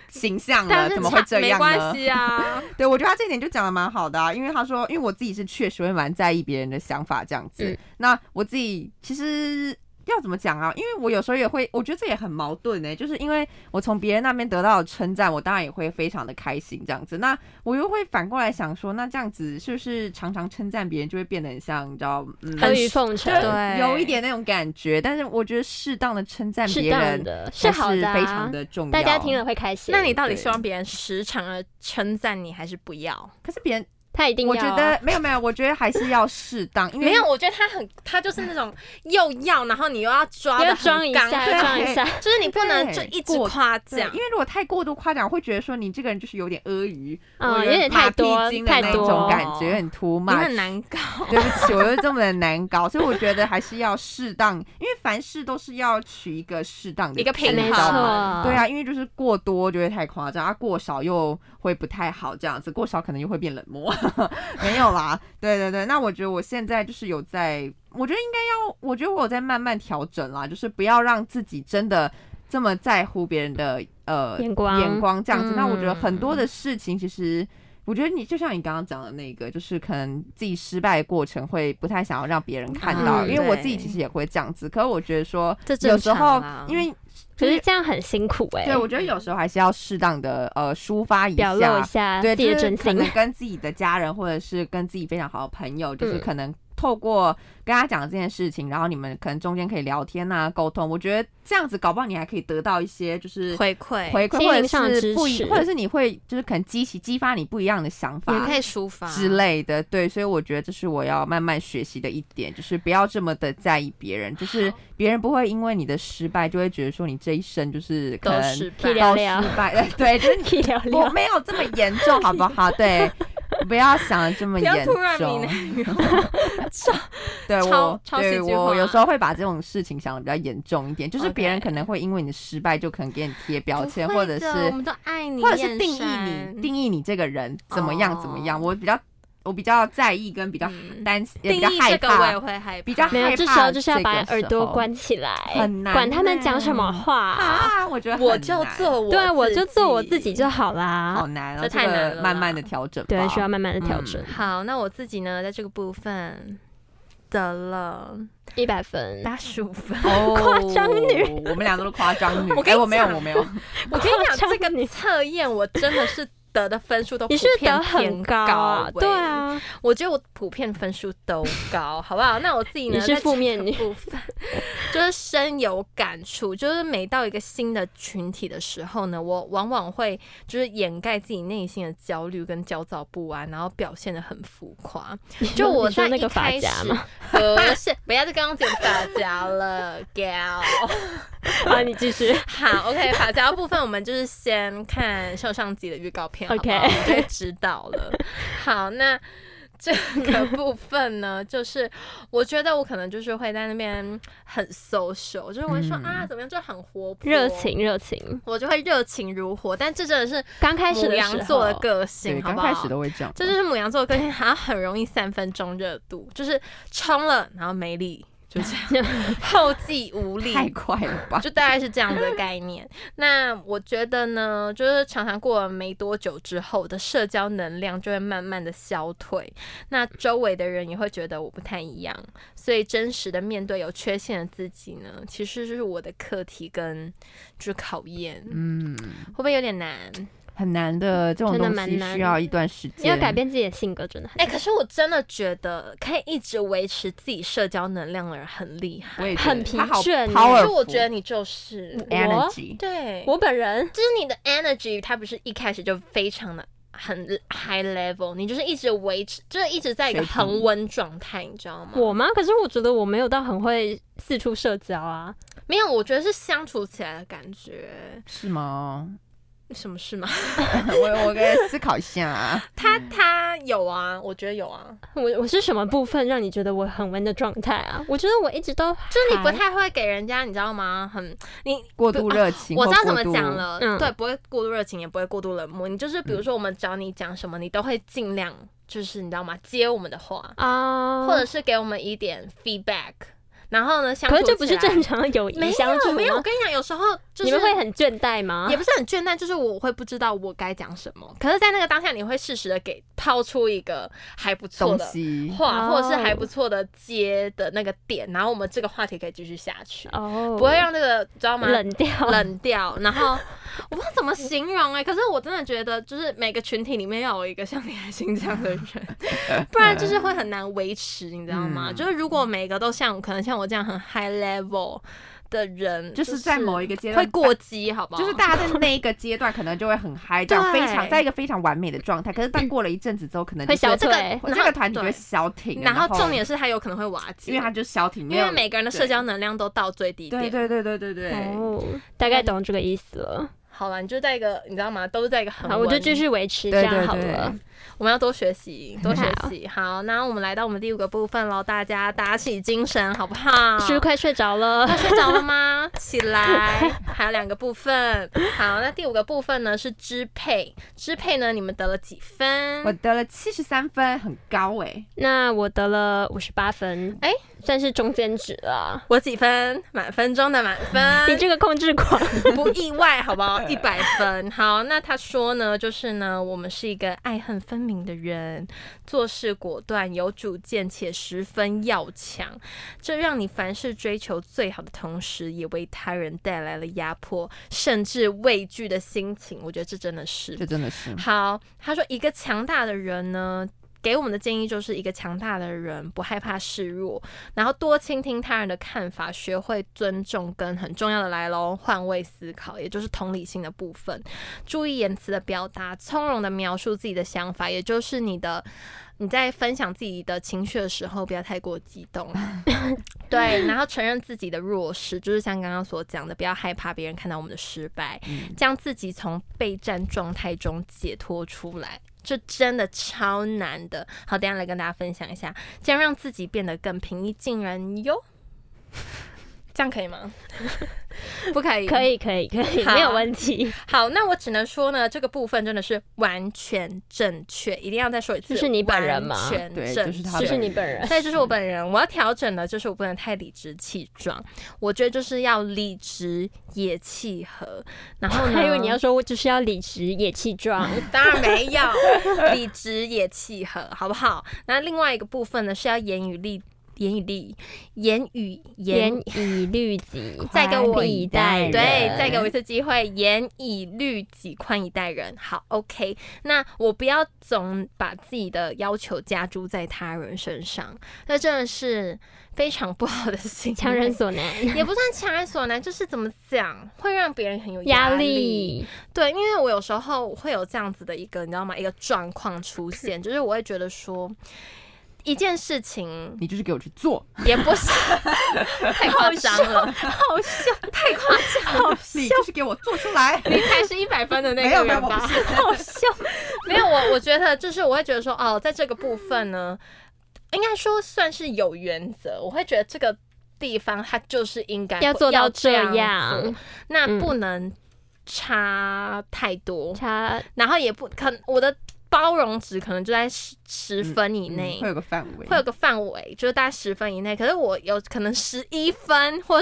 形象了，怎么会这样呢？ 没关系啊。 对，我觉得他这一点就讲的蛮好的啊，因为他说，因为我自己是确实会蛮在意别人的想法这样子。那我自己其实要怎么讲啊？因为我有时候也会，我觉得这也很矛盾就是因为我从别人那边得到的称赞，我当然也会非常的开心这样子。那我又会反过来想说，那这样子是不是常常称赞别人就会变得很像，你知道， 阿谀奉承， 对，有一点那种感觉。但是我觉得适当的称赞别人是好的， 非常的重要， 大家听了会开心。 那你到底希望别人时常的称赞你，还是不要？ 可是别人。 他一定要、 我觉得没有，我觉得还是要适当，因为没有，我觉得他就是那种又要，然后你又要抓的很刚， 装一下， 就是你不能就一直夸奖， 因为如果太过度夸奖，我会觉得说你这个人就是有点阿谀， 有点太多的那种感觉，很too much， 你很难搞。 对不起，我就这么的难搞，所以我觉得还是要适当，因为凡事都是要取一个适当的一个平衡嘛。 对啊，因为就是过多就会太夸张，过少又会不太好，这样子过少可能又会变冷漠，没有啦，对，那我觉得我现在就是有在，我觉得我觉得我有在慢慢调整啦，就是不要让自己真的这么在乎别人的眼光这样子。那我觉得很多的事情，其实我觉得你就像你刚刚讲的那个，就是可能自己失败的过程会不太想要让别人看到，因为我自己其实也会这样子。可是我觉得说有时候因为。 可是这样很辛苦对，我觉得有时候还是要适当的抒发一下， 表露一下自己的真心， 可能跟自己的家人或者是跟自己非常好的朋友，就是可能透过跟他讲这件事情，然后你们可能中间可以聊天啊、沟通。我觉得这样子搞不好你还可以得到一些就是回馈， 或者是或者是你会就是可能激发你不一样的想法， 也可以抒发之类的。对，所以我觉得这是我要慢慢学习的一点，就是不要这么的在意别人，就是别人不会因为你的失败就会觉得说你这一生就是可能都失败，对，就是我没有这么严重，好不好？对。不要想的这么严重，对我有时候会把这种事情想的比较严重一点，就是别人可能会因为你的失败就可能给你贴标签，或者是我们都爱你， 或者是定义你这个人怎么样，我比较在意跟比较担心，也比较害怕。 我也会害怕， 比较害怕。 没有，这时候就是要把耳朵关起来， 很难， 管他们讲什么话啊！我觉得我就做我， 对，我就做我自己就好啦。 好难哦， 这太难了， 慢慢的调整， 对，需要慢慢的调整。 好，那我自己呢，在这个部分得了 100分 ，85分， 夸张女， 我们俩都是夸张女。 我跟你讲， 我没有。 我跟你讲，这个测验我真的是。得的分数都普遍偏高啊，对啊， 我觉得我普遍分数都高，好不好？那我自己呢？ 你是负面女部分，就是深有感触。就是每到一个新的群体的时候呢，我往往会就是掩盖自己内心的焦虑跟焦躁不安，然后表现得很浮夸。就我在一开始，不要再刚刚讲发夹了 ，gal。 好，你继续。 好 ，OK， 发夹部分我们就是先看上集的预告片 ，OK， 我们就会知道了。好，那这个部分呢，就是我觉得我可能就是会在那边很 social， 就是我会说啊怎么样，就很活泼、 热情， 我就会热情如火。但这真的是刚开始牡羊座的个性，好不好？ 刚开始都会这样， 这就是牡羊座的个性，好像很容易3分钟热度，就是冲了然后没力。就这样，后继无力， 太快了吧？ 就大概是这样的概念。那我觉得呢，就是常常过了没多久之后的社交能量就会慢慢的消退，那周围的人也会觉得我不太一样，所以真实的面对有缺陷的自己呢，其实就是我的课题跟就是考验。会不会有点难？ 很难的，这种东西需要一段时间。 要改变自己的性格真的很难。 可是我真的觉得可以一直维持自己社交能量的人很厉害， 很疲倦。 可是我觉得你就是 energy， 对， 我本人就是你的 energy， 它不是一开始就非常的很 high level， 你就是一直维持，就是一直在一个恒温状态，你知道吗？ 我吗？可是我觉得我没有到很会四处社交啊。 没有，我觉得是相处起来的感觉。 是吗？ 什么事吗？ 我可以思考一下啊。 他有啊，我觉得有啊。 我是什么部分让你觉得我很温的状态啊？我觉得我一直都就是你不太会给人家，你知道吗？你过度热情， 我知道怎么讲了。对，不会过度热情，也不会过度冷漠。你就是比如说我们找你讲什么，你都会尽量就是你知道吗？接我们的话啊，或者是给我们一点 feedback。 然后呢，相处可是这不是正常的友谊相处吗？ 没有，我跟你讲，有时候就是你们会很倦怠吗？ 也不是很倦怠，就是我会不知道我该讲什么。可是，在那个当下，你会适时的抛出一个还不错的话，或者是还不错的接的那个点，然后我们这个话题可以继续下去，不会让那个知道吗？冷掉。然后我不知道怎么形容可是我真的觉得，就是每个群体里面要有一个像李海星这样的人，不然就是会很难维持，你知道吗？就是如果每个都可能像我这样很 high level 的人， 就是在某一个阶段会过激，好不好？ 就是大家在那一个阶段可能就会很嗨，这样在一个非常完美的状态。可是当过了一阵子之后，可能会消退， 这个团体就会消停。 然后重点是他有可能会瓦解， 因为他就消停， 因为每个人的社交能量都到最低点。 对。 大概懂这个意思了。 好了，你就在一个，你知道吗？都是在一个很稳， 我就继续维持这样好了。 我们要多学习，多学习。好，那我们来到我们第5个部分咯，大家打起精神，好不好？ 是不是快睡着了？ 快睡着了吗？起来，还有2个部分。好，那第5个部分呢是支配。支配呢，你们得了几分？ 我得了73分，很高那我得了58分，算是中间值了。 我几分？满分中的满分。 你这个控制狂， 不意外，好不好？100分。好，那他说呢，就是呢，我们是一个爱恨分明的人，做事果断、有主见且十分要强，这让你凡事追求最好的同时，也为他人带来了压迫甚至畏惧的心情。我觉得这真的是。好，他说一个强大的人呢，给我们的建议就是一个强大的人不害怕示弱，然后多倾听他人的看法，学会尊重，跟很重要的来咯，换位思考，也就是同理心的部分，注意言辞的表达，从容的描述自己的想法，也就是你在分享自己的情绪的时候不要太过激动对，然后承认自己的弱势，就是像刚刚所讲的，不要害怕别人看到我们的失败，将自己从备战状态中解脱出来，这真的超难的。好，等一下来跟大家分享一下，这样让自己变得更平易近人哟。这样可以吗？不可以？ 可以，没有问题。 好，那我只能说呢，这个部分真的是完全正确，一定要再说一次。 这是你本人吗？ 完全正确， 这是你本人。 对，这是我本人。我要调整的就是我不能太理直气壮，我觉得就是要理直也契合。然后呢， 还以为你要说我就是要理直也气壮， 当然没有，理直也契合，好不好？那另外一个部分呢，是要严以律己，再给我再给我一次机会，严以律己，宽以待人。好 ，OK， 那我不要总把自己的要求加诸在他人身上，那真的是非常不好的事情， 强人所难， 也不算强人所难，就是怎么讲，会让别人很有压力。对，因为我有时候会有这样子的一个，你知道吗？一个状况出现，就是我会觉得说，一件事情你就是给我去做， 也不是太夸张了，好笑，太夸张，好笑， 你就是给我做出来， 你才是100分的那个人吧？好笑，没有我觉得就是我会觉得说，在这个部分呢，应该说算是有原则，我会觉得这个地方它就是应该要做到这样， 那不能差太多，然后也不可能我的包容值可能就在10分以内， 会有个范围， 就是大概10分以内。可是我有可能11分或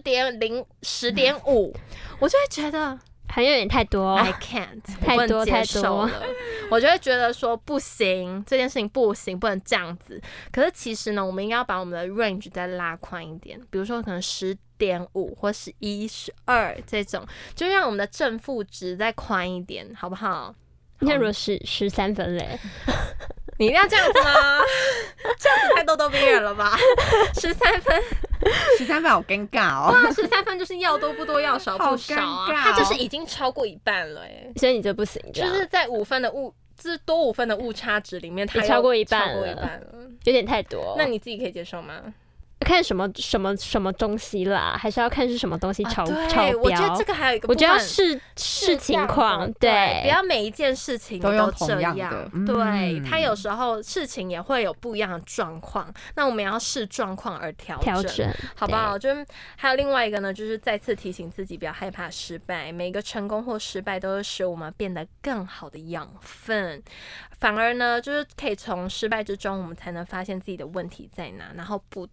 10.0、10.5，我就会觉得还有点太多 ，I can't， 太多了。我就会觉得说不行，这件事情不行，不能这样子。可是其实呢，我们应该要把我们的 range 再拉宽一点，比如说可能10.5或11、12这种，就让我们的正负值再宽一点，好不好？ 那如果13分嘞？ 你一定要这样子吗？这样子太咄咄逼人了吧？13分好尴尬哦。 哇，13分就是要多不多，要少不少啊，它就是已经超过一半了所以你这不行， 就是在5分的就是多5分的误差值里面，它超过一半了，有点太多。 那你自己可以接受吗？ 看什么东西啦，还是要看是什么东西超标。 我觉得这个还有一个部分， 我觉得视情况，对， 不要每一件事情都这样。对，它有时候事情也会有不一样的状况，那我们要视状况而调整，好不好？就是还有另外一个呢，就是再次提醒自己不要害怕失败，每个成功或失败都是使我们变得更好的养分。反而呢，就是可以从失败之中，我们才能发现自己的问题在哪，然后不断累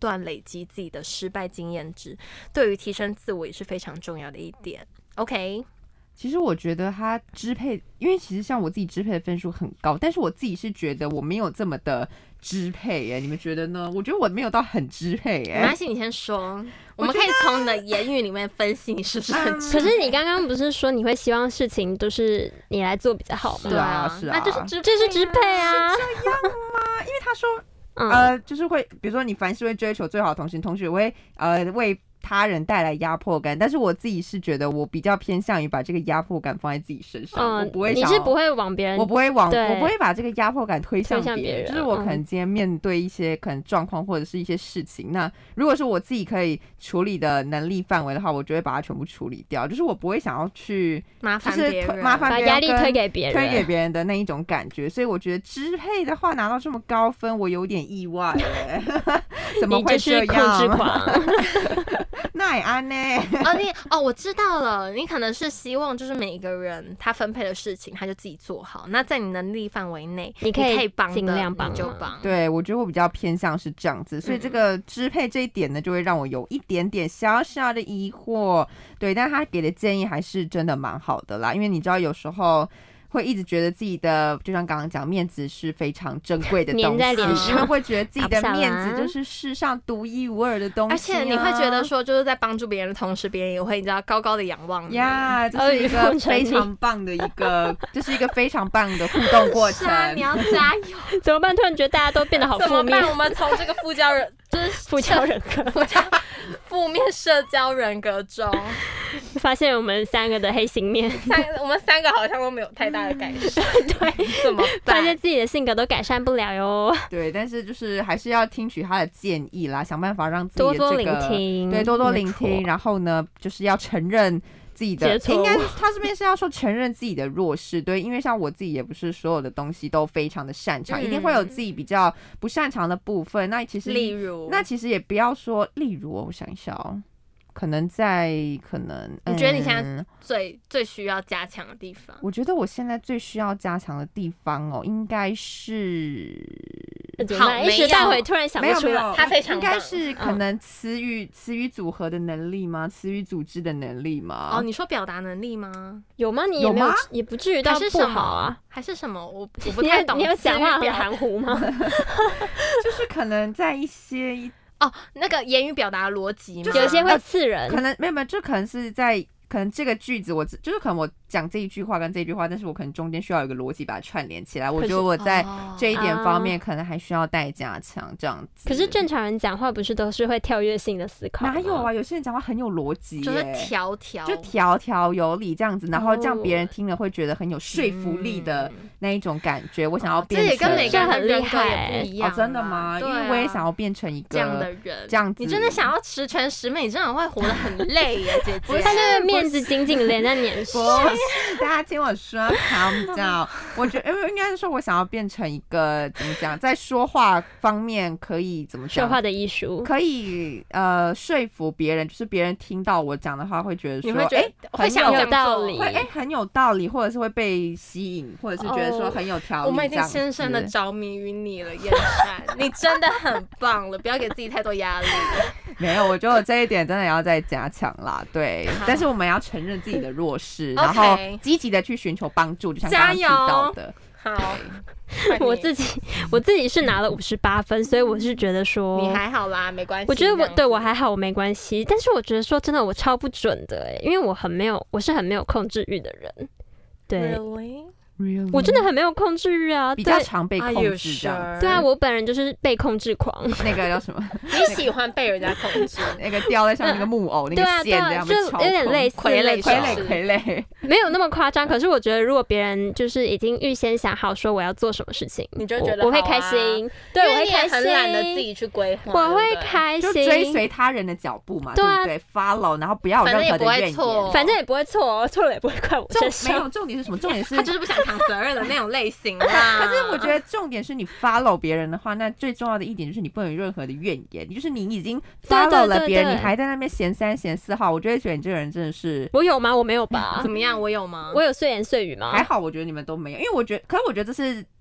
集自己的失败经验值，对于提升自我也是非常重要的一点。OK。 其实我觉得他支配，因为其实像我自己支配的分数很高，但是我自己是觉得我没有这么的支配耶，你们觉得呢？我觉得我没有到很支配耶。 没关系，你先说，我们可以从你的言语里面分析你是不是很支配。 可是你刚刚不是说你会希望事情都是你来做比较好吗？ 对啊，是啊， 那就是这是支配啊， 是这样吗？因为他说，就是会，比如说你凡事会追求最好的同时，同时也会为他人带来压迫感，但是我自己是觉得我比较偏向于把这个压迫感放在自己身上，我不会想， 你是不会往别人， 我不会把这个压迫感推向别人，就是我可能今天面对一些可能状况或者是一些事情，那如果是我自己可以处理的能力范围的话，我就会把它全部处理掉，就是我不会想要去麻烦别人， 把压力推给别人的那一种感觉，所以我觉得支配的话拿到这么高分，我有点意外耶怎么会这样？ 你就是控制狂那也安呢？ 我知道了，你可能是希望就是每一个人他分配的事情他就自己做好，那在你能力范围内，你可以帮尽量帮就帮。 对，我觉得我比较偏向是这样子，所以这个支配这一点呢，就会让我有一点点小小的疑惑。对，但他给的建议还是真的蛮好的啦，因为你知道有时候会一直觉得自己的，就像刚刚讲，面子是非常珍贵的东西， 粘在脸上， 因为会觉得自己的面子就是世上独一无二的东西， 而且你会觉得说，就是在帮助别人的同时，别人也会你知道高高的仰望你呀，这是一个非常棒的就是一个非常棒的互动过程。 你要加油！ 怎么办？突然觉得大家都变得好负面。 怎么办？我们从这个负交人，就是负交人格， 负面社交人格中， 发现我们三个的黑心面， 我们三个好像都没有太大的改善。 对， 怎么办？ 发现自己的性格都改善不了哟。 对，但是就是还是要听取他的建议啦，想办法让自己的多聆听， 对，多聆听，然后呢，就是要承认自己的，应该他这边是要说承认自己的弱势，对，因为像我自己也不是所有的东西都非常的擅长，一定会有自己比较不擅长的部分。那其实例如， 那其实也不要说例如，我想一下哦。可能你觉得你现在最需要加强的地方？ 我觉得我现在最需要加强的地方哦，应该是一时半会突然想不出来， 他非常应该是可能词语组合的能力吗？词语组织的能力吗？ 哦，你说表达能力吗？ 有吗？你也不至于到不好啊？ 还是什么？我不太懂。 你有讲话很含糊吗？ 就是可能在一些。 那个言语表达逻辑嘛， 有些会刺人， 可能没有，就可能是在这个句子，就是可能我讲这一句话跟这一句话，但是我可能中间需要有一个逻辑把它串联起来。我觉得我在这一点方面可能还需要待加强，这样子。 可是正常人讲话不是都是会跳跃性的思考吗？ 哪有啊？有些人讲话很有逻辑， 就是条条有理这样子，然后这样别人听了会觉得很有说服力的那一种感觉。我想要变成， 这也跟每个人很厉害不一样。 真的吗？因为我也想要变成一个这样的人， 这样子。 你真的想要十全十美，你真的会活得很累耶，姐姐。 他那个面子紧紧连在脸上。 大家听我说 ，calm down。我觉得，应该是说我想要变成一个怎么讲，在说话方面可以怎么讲？ 说话的艺术， 可以说服别人，就是别人听到我讲的话会觉得说， 会想有道理， 很有道理，或者是会被吸引，或者是觉得说很有条理。 我们已经深深的着迷于你了，燕山，你真的很棒了，不要给自己太多压力。 没有，我觉得我这一点真的要再加强啦，对。但是我们要承认自己的弱势，然后积极的去寻求帮助，就像刚刚提到的。 好， 我自己是拿了58分，所以我是觉得说你还好啦，没关系。 我觉得我还好，我没关系。但是我觉得说真的，我超不准的因为我是很没有控制欲的人，对。 Really? 我真的很没有控制欲啊， 比较常被控制这样。 对啊，我本人就是被控制狂。 那个叫什么？ 你喜欢被人家控制？ 那个吊在上面那个木偶，那个线这样被操控， 就有点类似傀儡， 没有那么夸张。可是我觉得，如果别人就是已经预先想好说我要做什么事情， 你就觉得我会开心。对，我会开心。 很懒得自己去规划， 我会开心， 就追随他人的脚步嘛，对不对 ？Follow， 然后不要有任何的怨言， 反正也不会错，错了也不会怪我身上。 没有，重点是什么？重点是他就是不想扛责任的那种类型啦。 可是我觉得重点是你 follow 别人的话，那最重要的一点就是你不能有任何的怨言，就是你已经 follow 了别人，你还在那边嫌3嫌4号，我就会觉得你这个人真的是。 我有吗？我没有吧？ 怎么样？我有吗？ 我有碎言碎语吗？ 还好，我觉得你们都没有，因为可是我觉得这是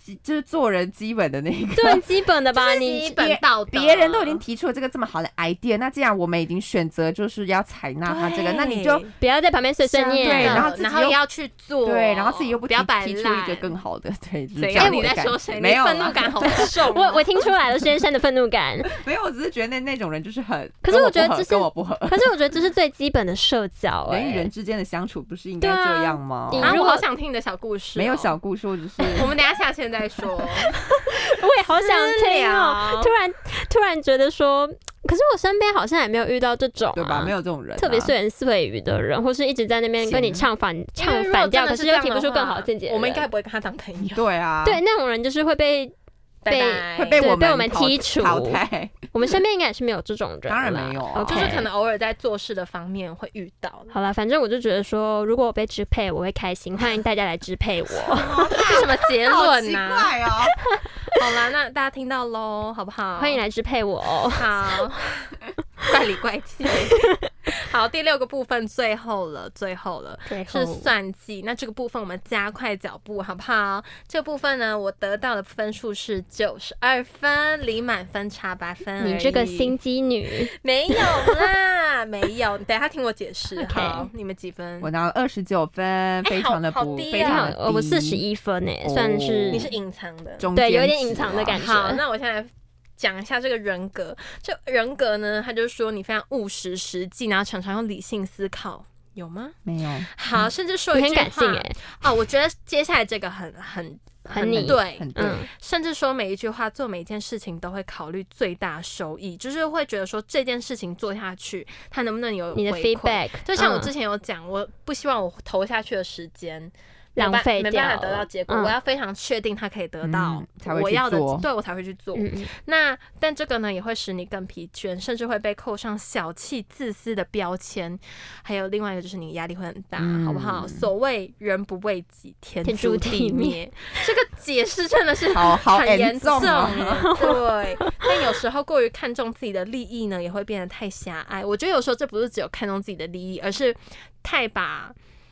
就是做人基本的那个， 做人基本的吧， 你基本道德， 别人都已经提出了这个这么好的 idea， 那既然我们已经选择就是要采纳他这个，那你就不要在旁边碎碎念， 对，然后也要去做， 对，然后自己又不要摆提出一个更好的，对，就是怎样？你在说谁？ 没有， 愤怒感好重。 我听出来了，先生的愤怒感。 没有，我只是觉得那种人就是很， 可是我觉得这是跟我不合。 可是我觉得这是最基本的社交， 人与人之间的相处不是应该这样吗？ 我好想听你的小故事。 没有小故事，我只是我们等一下下线再说。 我也好想听哦，突然觉得说，可是我身边好像也没有遇到这种， 对吧？没有这种人， 特别碎言碎语的人，或是一直在那边跟你唱反调，可是又提不出更好的见解。 我们应该不会跟他当朋友。 对啊， 对，那种人就是会被我们剔除。我们身边应该也是没有这种人， 当然没有， 就是可能偶尔在做事的方面会遇到。 好啦，反正我就觉得说，如果我被支配，我会开心。欢迎大家来支配我。 这是什么结论呢？好奇怪哦。 好啦，那大家听到咯，好不好？ 欢迎来支配我哦。 好，怪里怪气。好，第6个部分最后了，是算计。那这个部分我们加快脚步，好不好？这个部分呢，我得到的分数是92分，离满分差8分而已。 你这个心机女， 没有啦，没有。等一下听我解释。好，你们几分？ 我拿了29分，非常的不，非常的低。 我41分诶，算是你是隐藏的， 对，有点隐藏的感觉。 好，那我现在讲一下这个人格。这人格呢，他就说你非常务实实际，然后常常用理性思考，有吗？ 没有。 好，甚至说一句话， 很感性哎。 哦，我觉得接下来这个很你对， 很对。 甚至说每一句话，做每一件事情都会考虑最大收益，就是会觉得说这件事情做下去，它能不能有你的 feedback。 就像我之前有讲，我不希望我投下去的时间浪费掉， 没办法得到结果。我要非常确定它可以得到我要的，对我才会去做。但这个呢，也会使你更疲倦，甚至会被扣上小气、自私的标签。还有另外一个就是你压力会很大，好不好？所谓人不为己，天诛地灭。这个解释真的是很严重，对。但有时候过于看重自己的利益呢，也会变得太狭隘。我觉得有时候这不是只有看重自己的利益，而是太把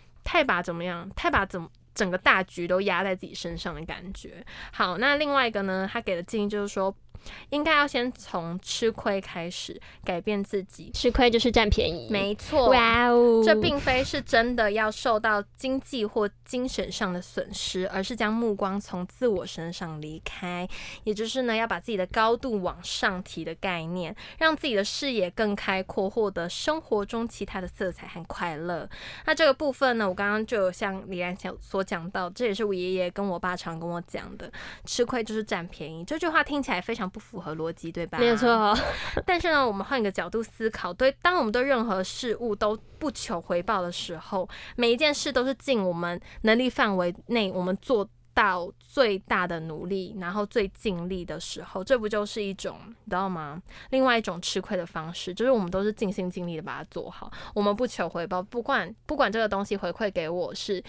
整个大局都压在自己身上的感觉。好，那另外一个呢，他给的建议就是说，应该要先从吃亏开始改变自己。 吃亏就是占便宜， 没错。 哇哦， 这并非是真的要受到经济或精神上的损失，而是将目光从自我身上离开，也就是呢，要把自己的高度往上提的概念，让自己的视野更开阔，获得生活中其他的色彩和快乐。那这个部分呢，我刚刚就有像李安所讲到，这也是我爷爷跟我爸常跟我讲的，吃亏就是占便宜。这句话听起来非常不符合逻辑，对吧？ 没有错。 但是呢，我们换一个角度思考，当我们对任何事物都不求回报的时候，每一件事都是尽我们能力范围内，我们做到最大的努力，然后最尽力的时候，这不就是一种，你知道吗？另外一种吃亏的方式，就是我们都是尽心尽力的把它做好，我们不求回报，不管这个东西回馈给我是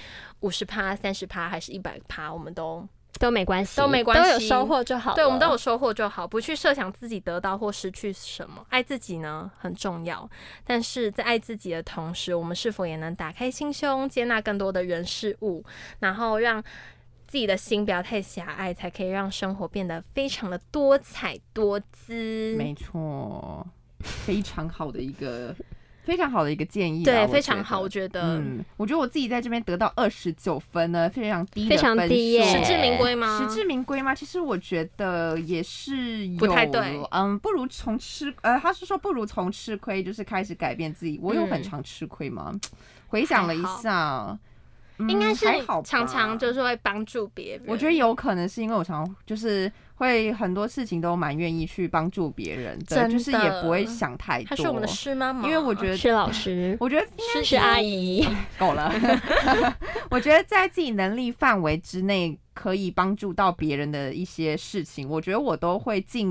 50%、30%还是100%，我们都没关系，都有收获就好。 对，我们都有收获就好，不去设想自己得到或失去什么。爱自己呢很重要，但是在爱自己的同时，我们是否也能打开心胸，接纳更多的人事物，然后让自己的心不要太狭隘，才可以让生活变得非常的多彩多姿。 没错，非常好的一个建议， 对，非常好，我觉得， 我觉得我自己在这边得到29分呢，非常低的分数，非常低耶， 实至名归吗？ 实至名归吗？其实我觉得也是有， 不太对， 不如从他是说不如从吃亏就是开始改变自己。我有很常吃亏吗？回想了一下。 应该是常常就是会帮助别人。 我觉得有可能是因为我常就是会很多事情都蛮愿意去帮助别人的，就是也不会想太多。 她是我们的师妈妈， 因为我觉得是老师， 我觉得是阿姨， 够了。我觉得在自己能力范围之内可以帮助到别人的一些事情，我觉得我都会尽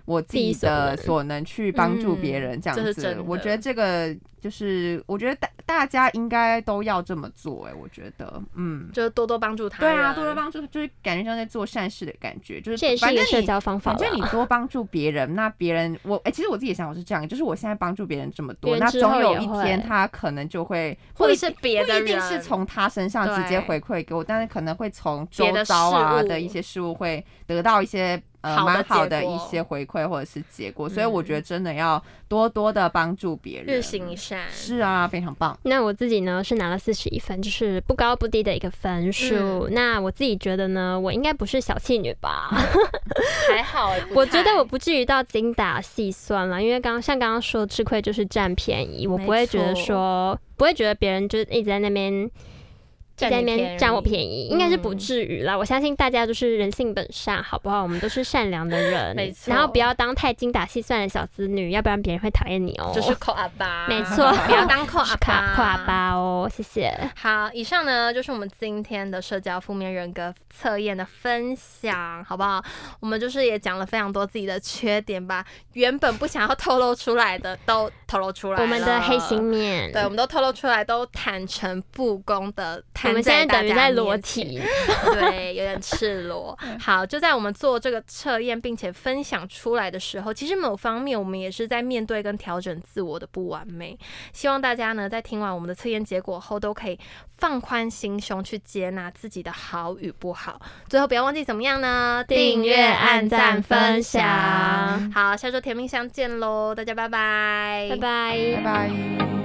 我自己的所能去帮助别人这样子。我觉得这个就是我觉得大家应该都要这么做。我觉得就是多多帮助他人。 对啊，多多帮助，就是感觉像在做善事的感觉。就是这也是一个社交方法。 反正你多帮助别人，那别人其实我自己的想法是这样，就是我现在帮助别人这么多，那总有一天他可能就会， 或者是别的人， 不一定是从他身上直接回馈给我，但是可能会从周遭的一些事物会得到一些蛮好的一些回馈或者是结果，所以我觉得真的要多多的帮助别人， 日行一善。 是啊，非常棒。 那我自己呢是拿了41分，就是不高不低的一个分数。那我自己觉得呢，我应该不是小气女吧？ 还好， 我觉得我不至于到精打细算了，因为像刚刚说吃亏就是占便宜，我不会觉得别人就是一直在那边在那边占我便宜，应该是不至于啦。我相信大家都是人性本善，好不好？我们都是善良的人， 没错。 然后不要当太精打细算的小资女，要不然别人会讨厌你哦。 就是扣阿巴， 没错， 不要当扣阿巴， 扣阿巴哦。谢谢。 好，以上呢就是我们今天的社交负面人格测验的分享，好不好？我们就是也讲了非常多自己的缺点吧，原本不想要透露出来的都透露出来了， 我们的黑心面， 对，我们都透露出来，都坦诚不公的。 我们现在等于在裸体， 对，有点赤裸。好，就在我们做这个测验并且分享出来的时候，其实某方面我们也是在面对跟调整自我的不完美。希望大家呢在听完我们的测验结果后，都可以放宽心胸去接纳自己的好与不好。最后不要忘记怎么样呢？ 订阅、按赞、分享。 好，下周甜蜜相见喽，大家拜拜， 拜拜， 拜拜。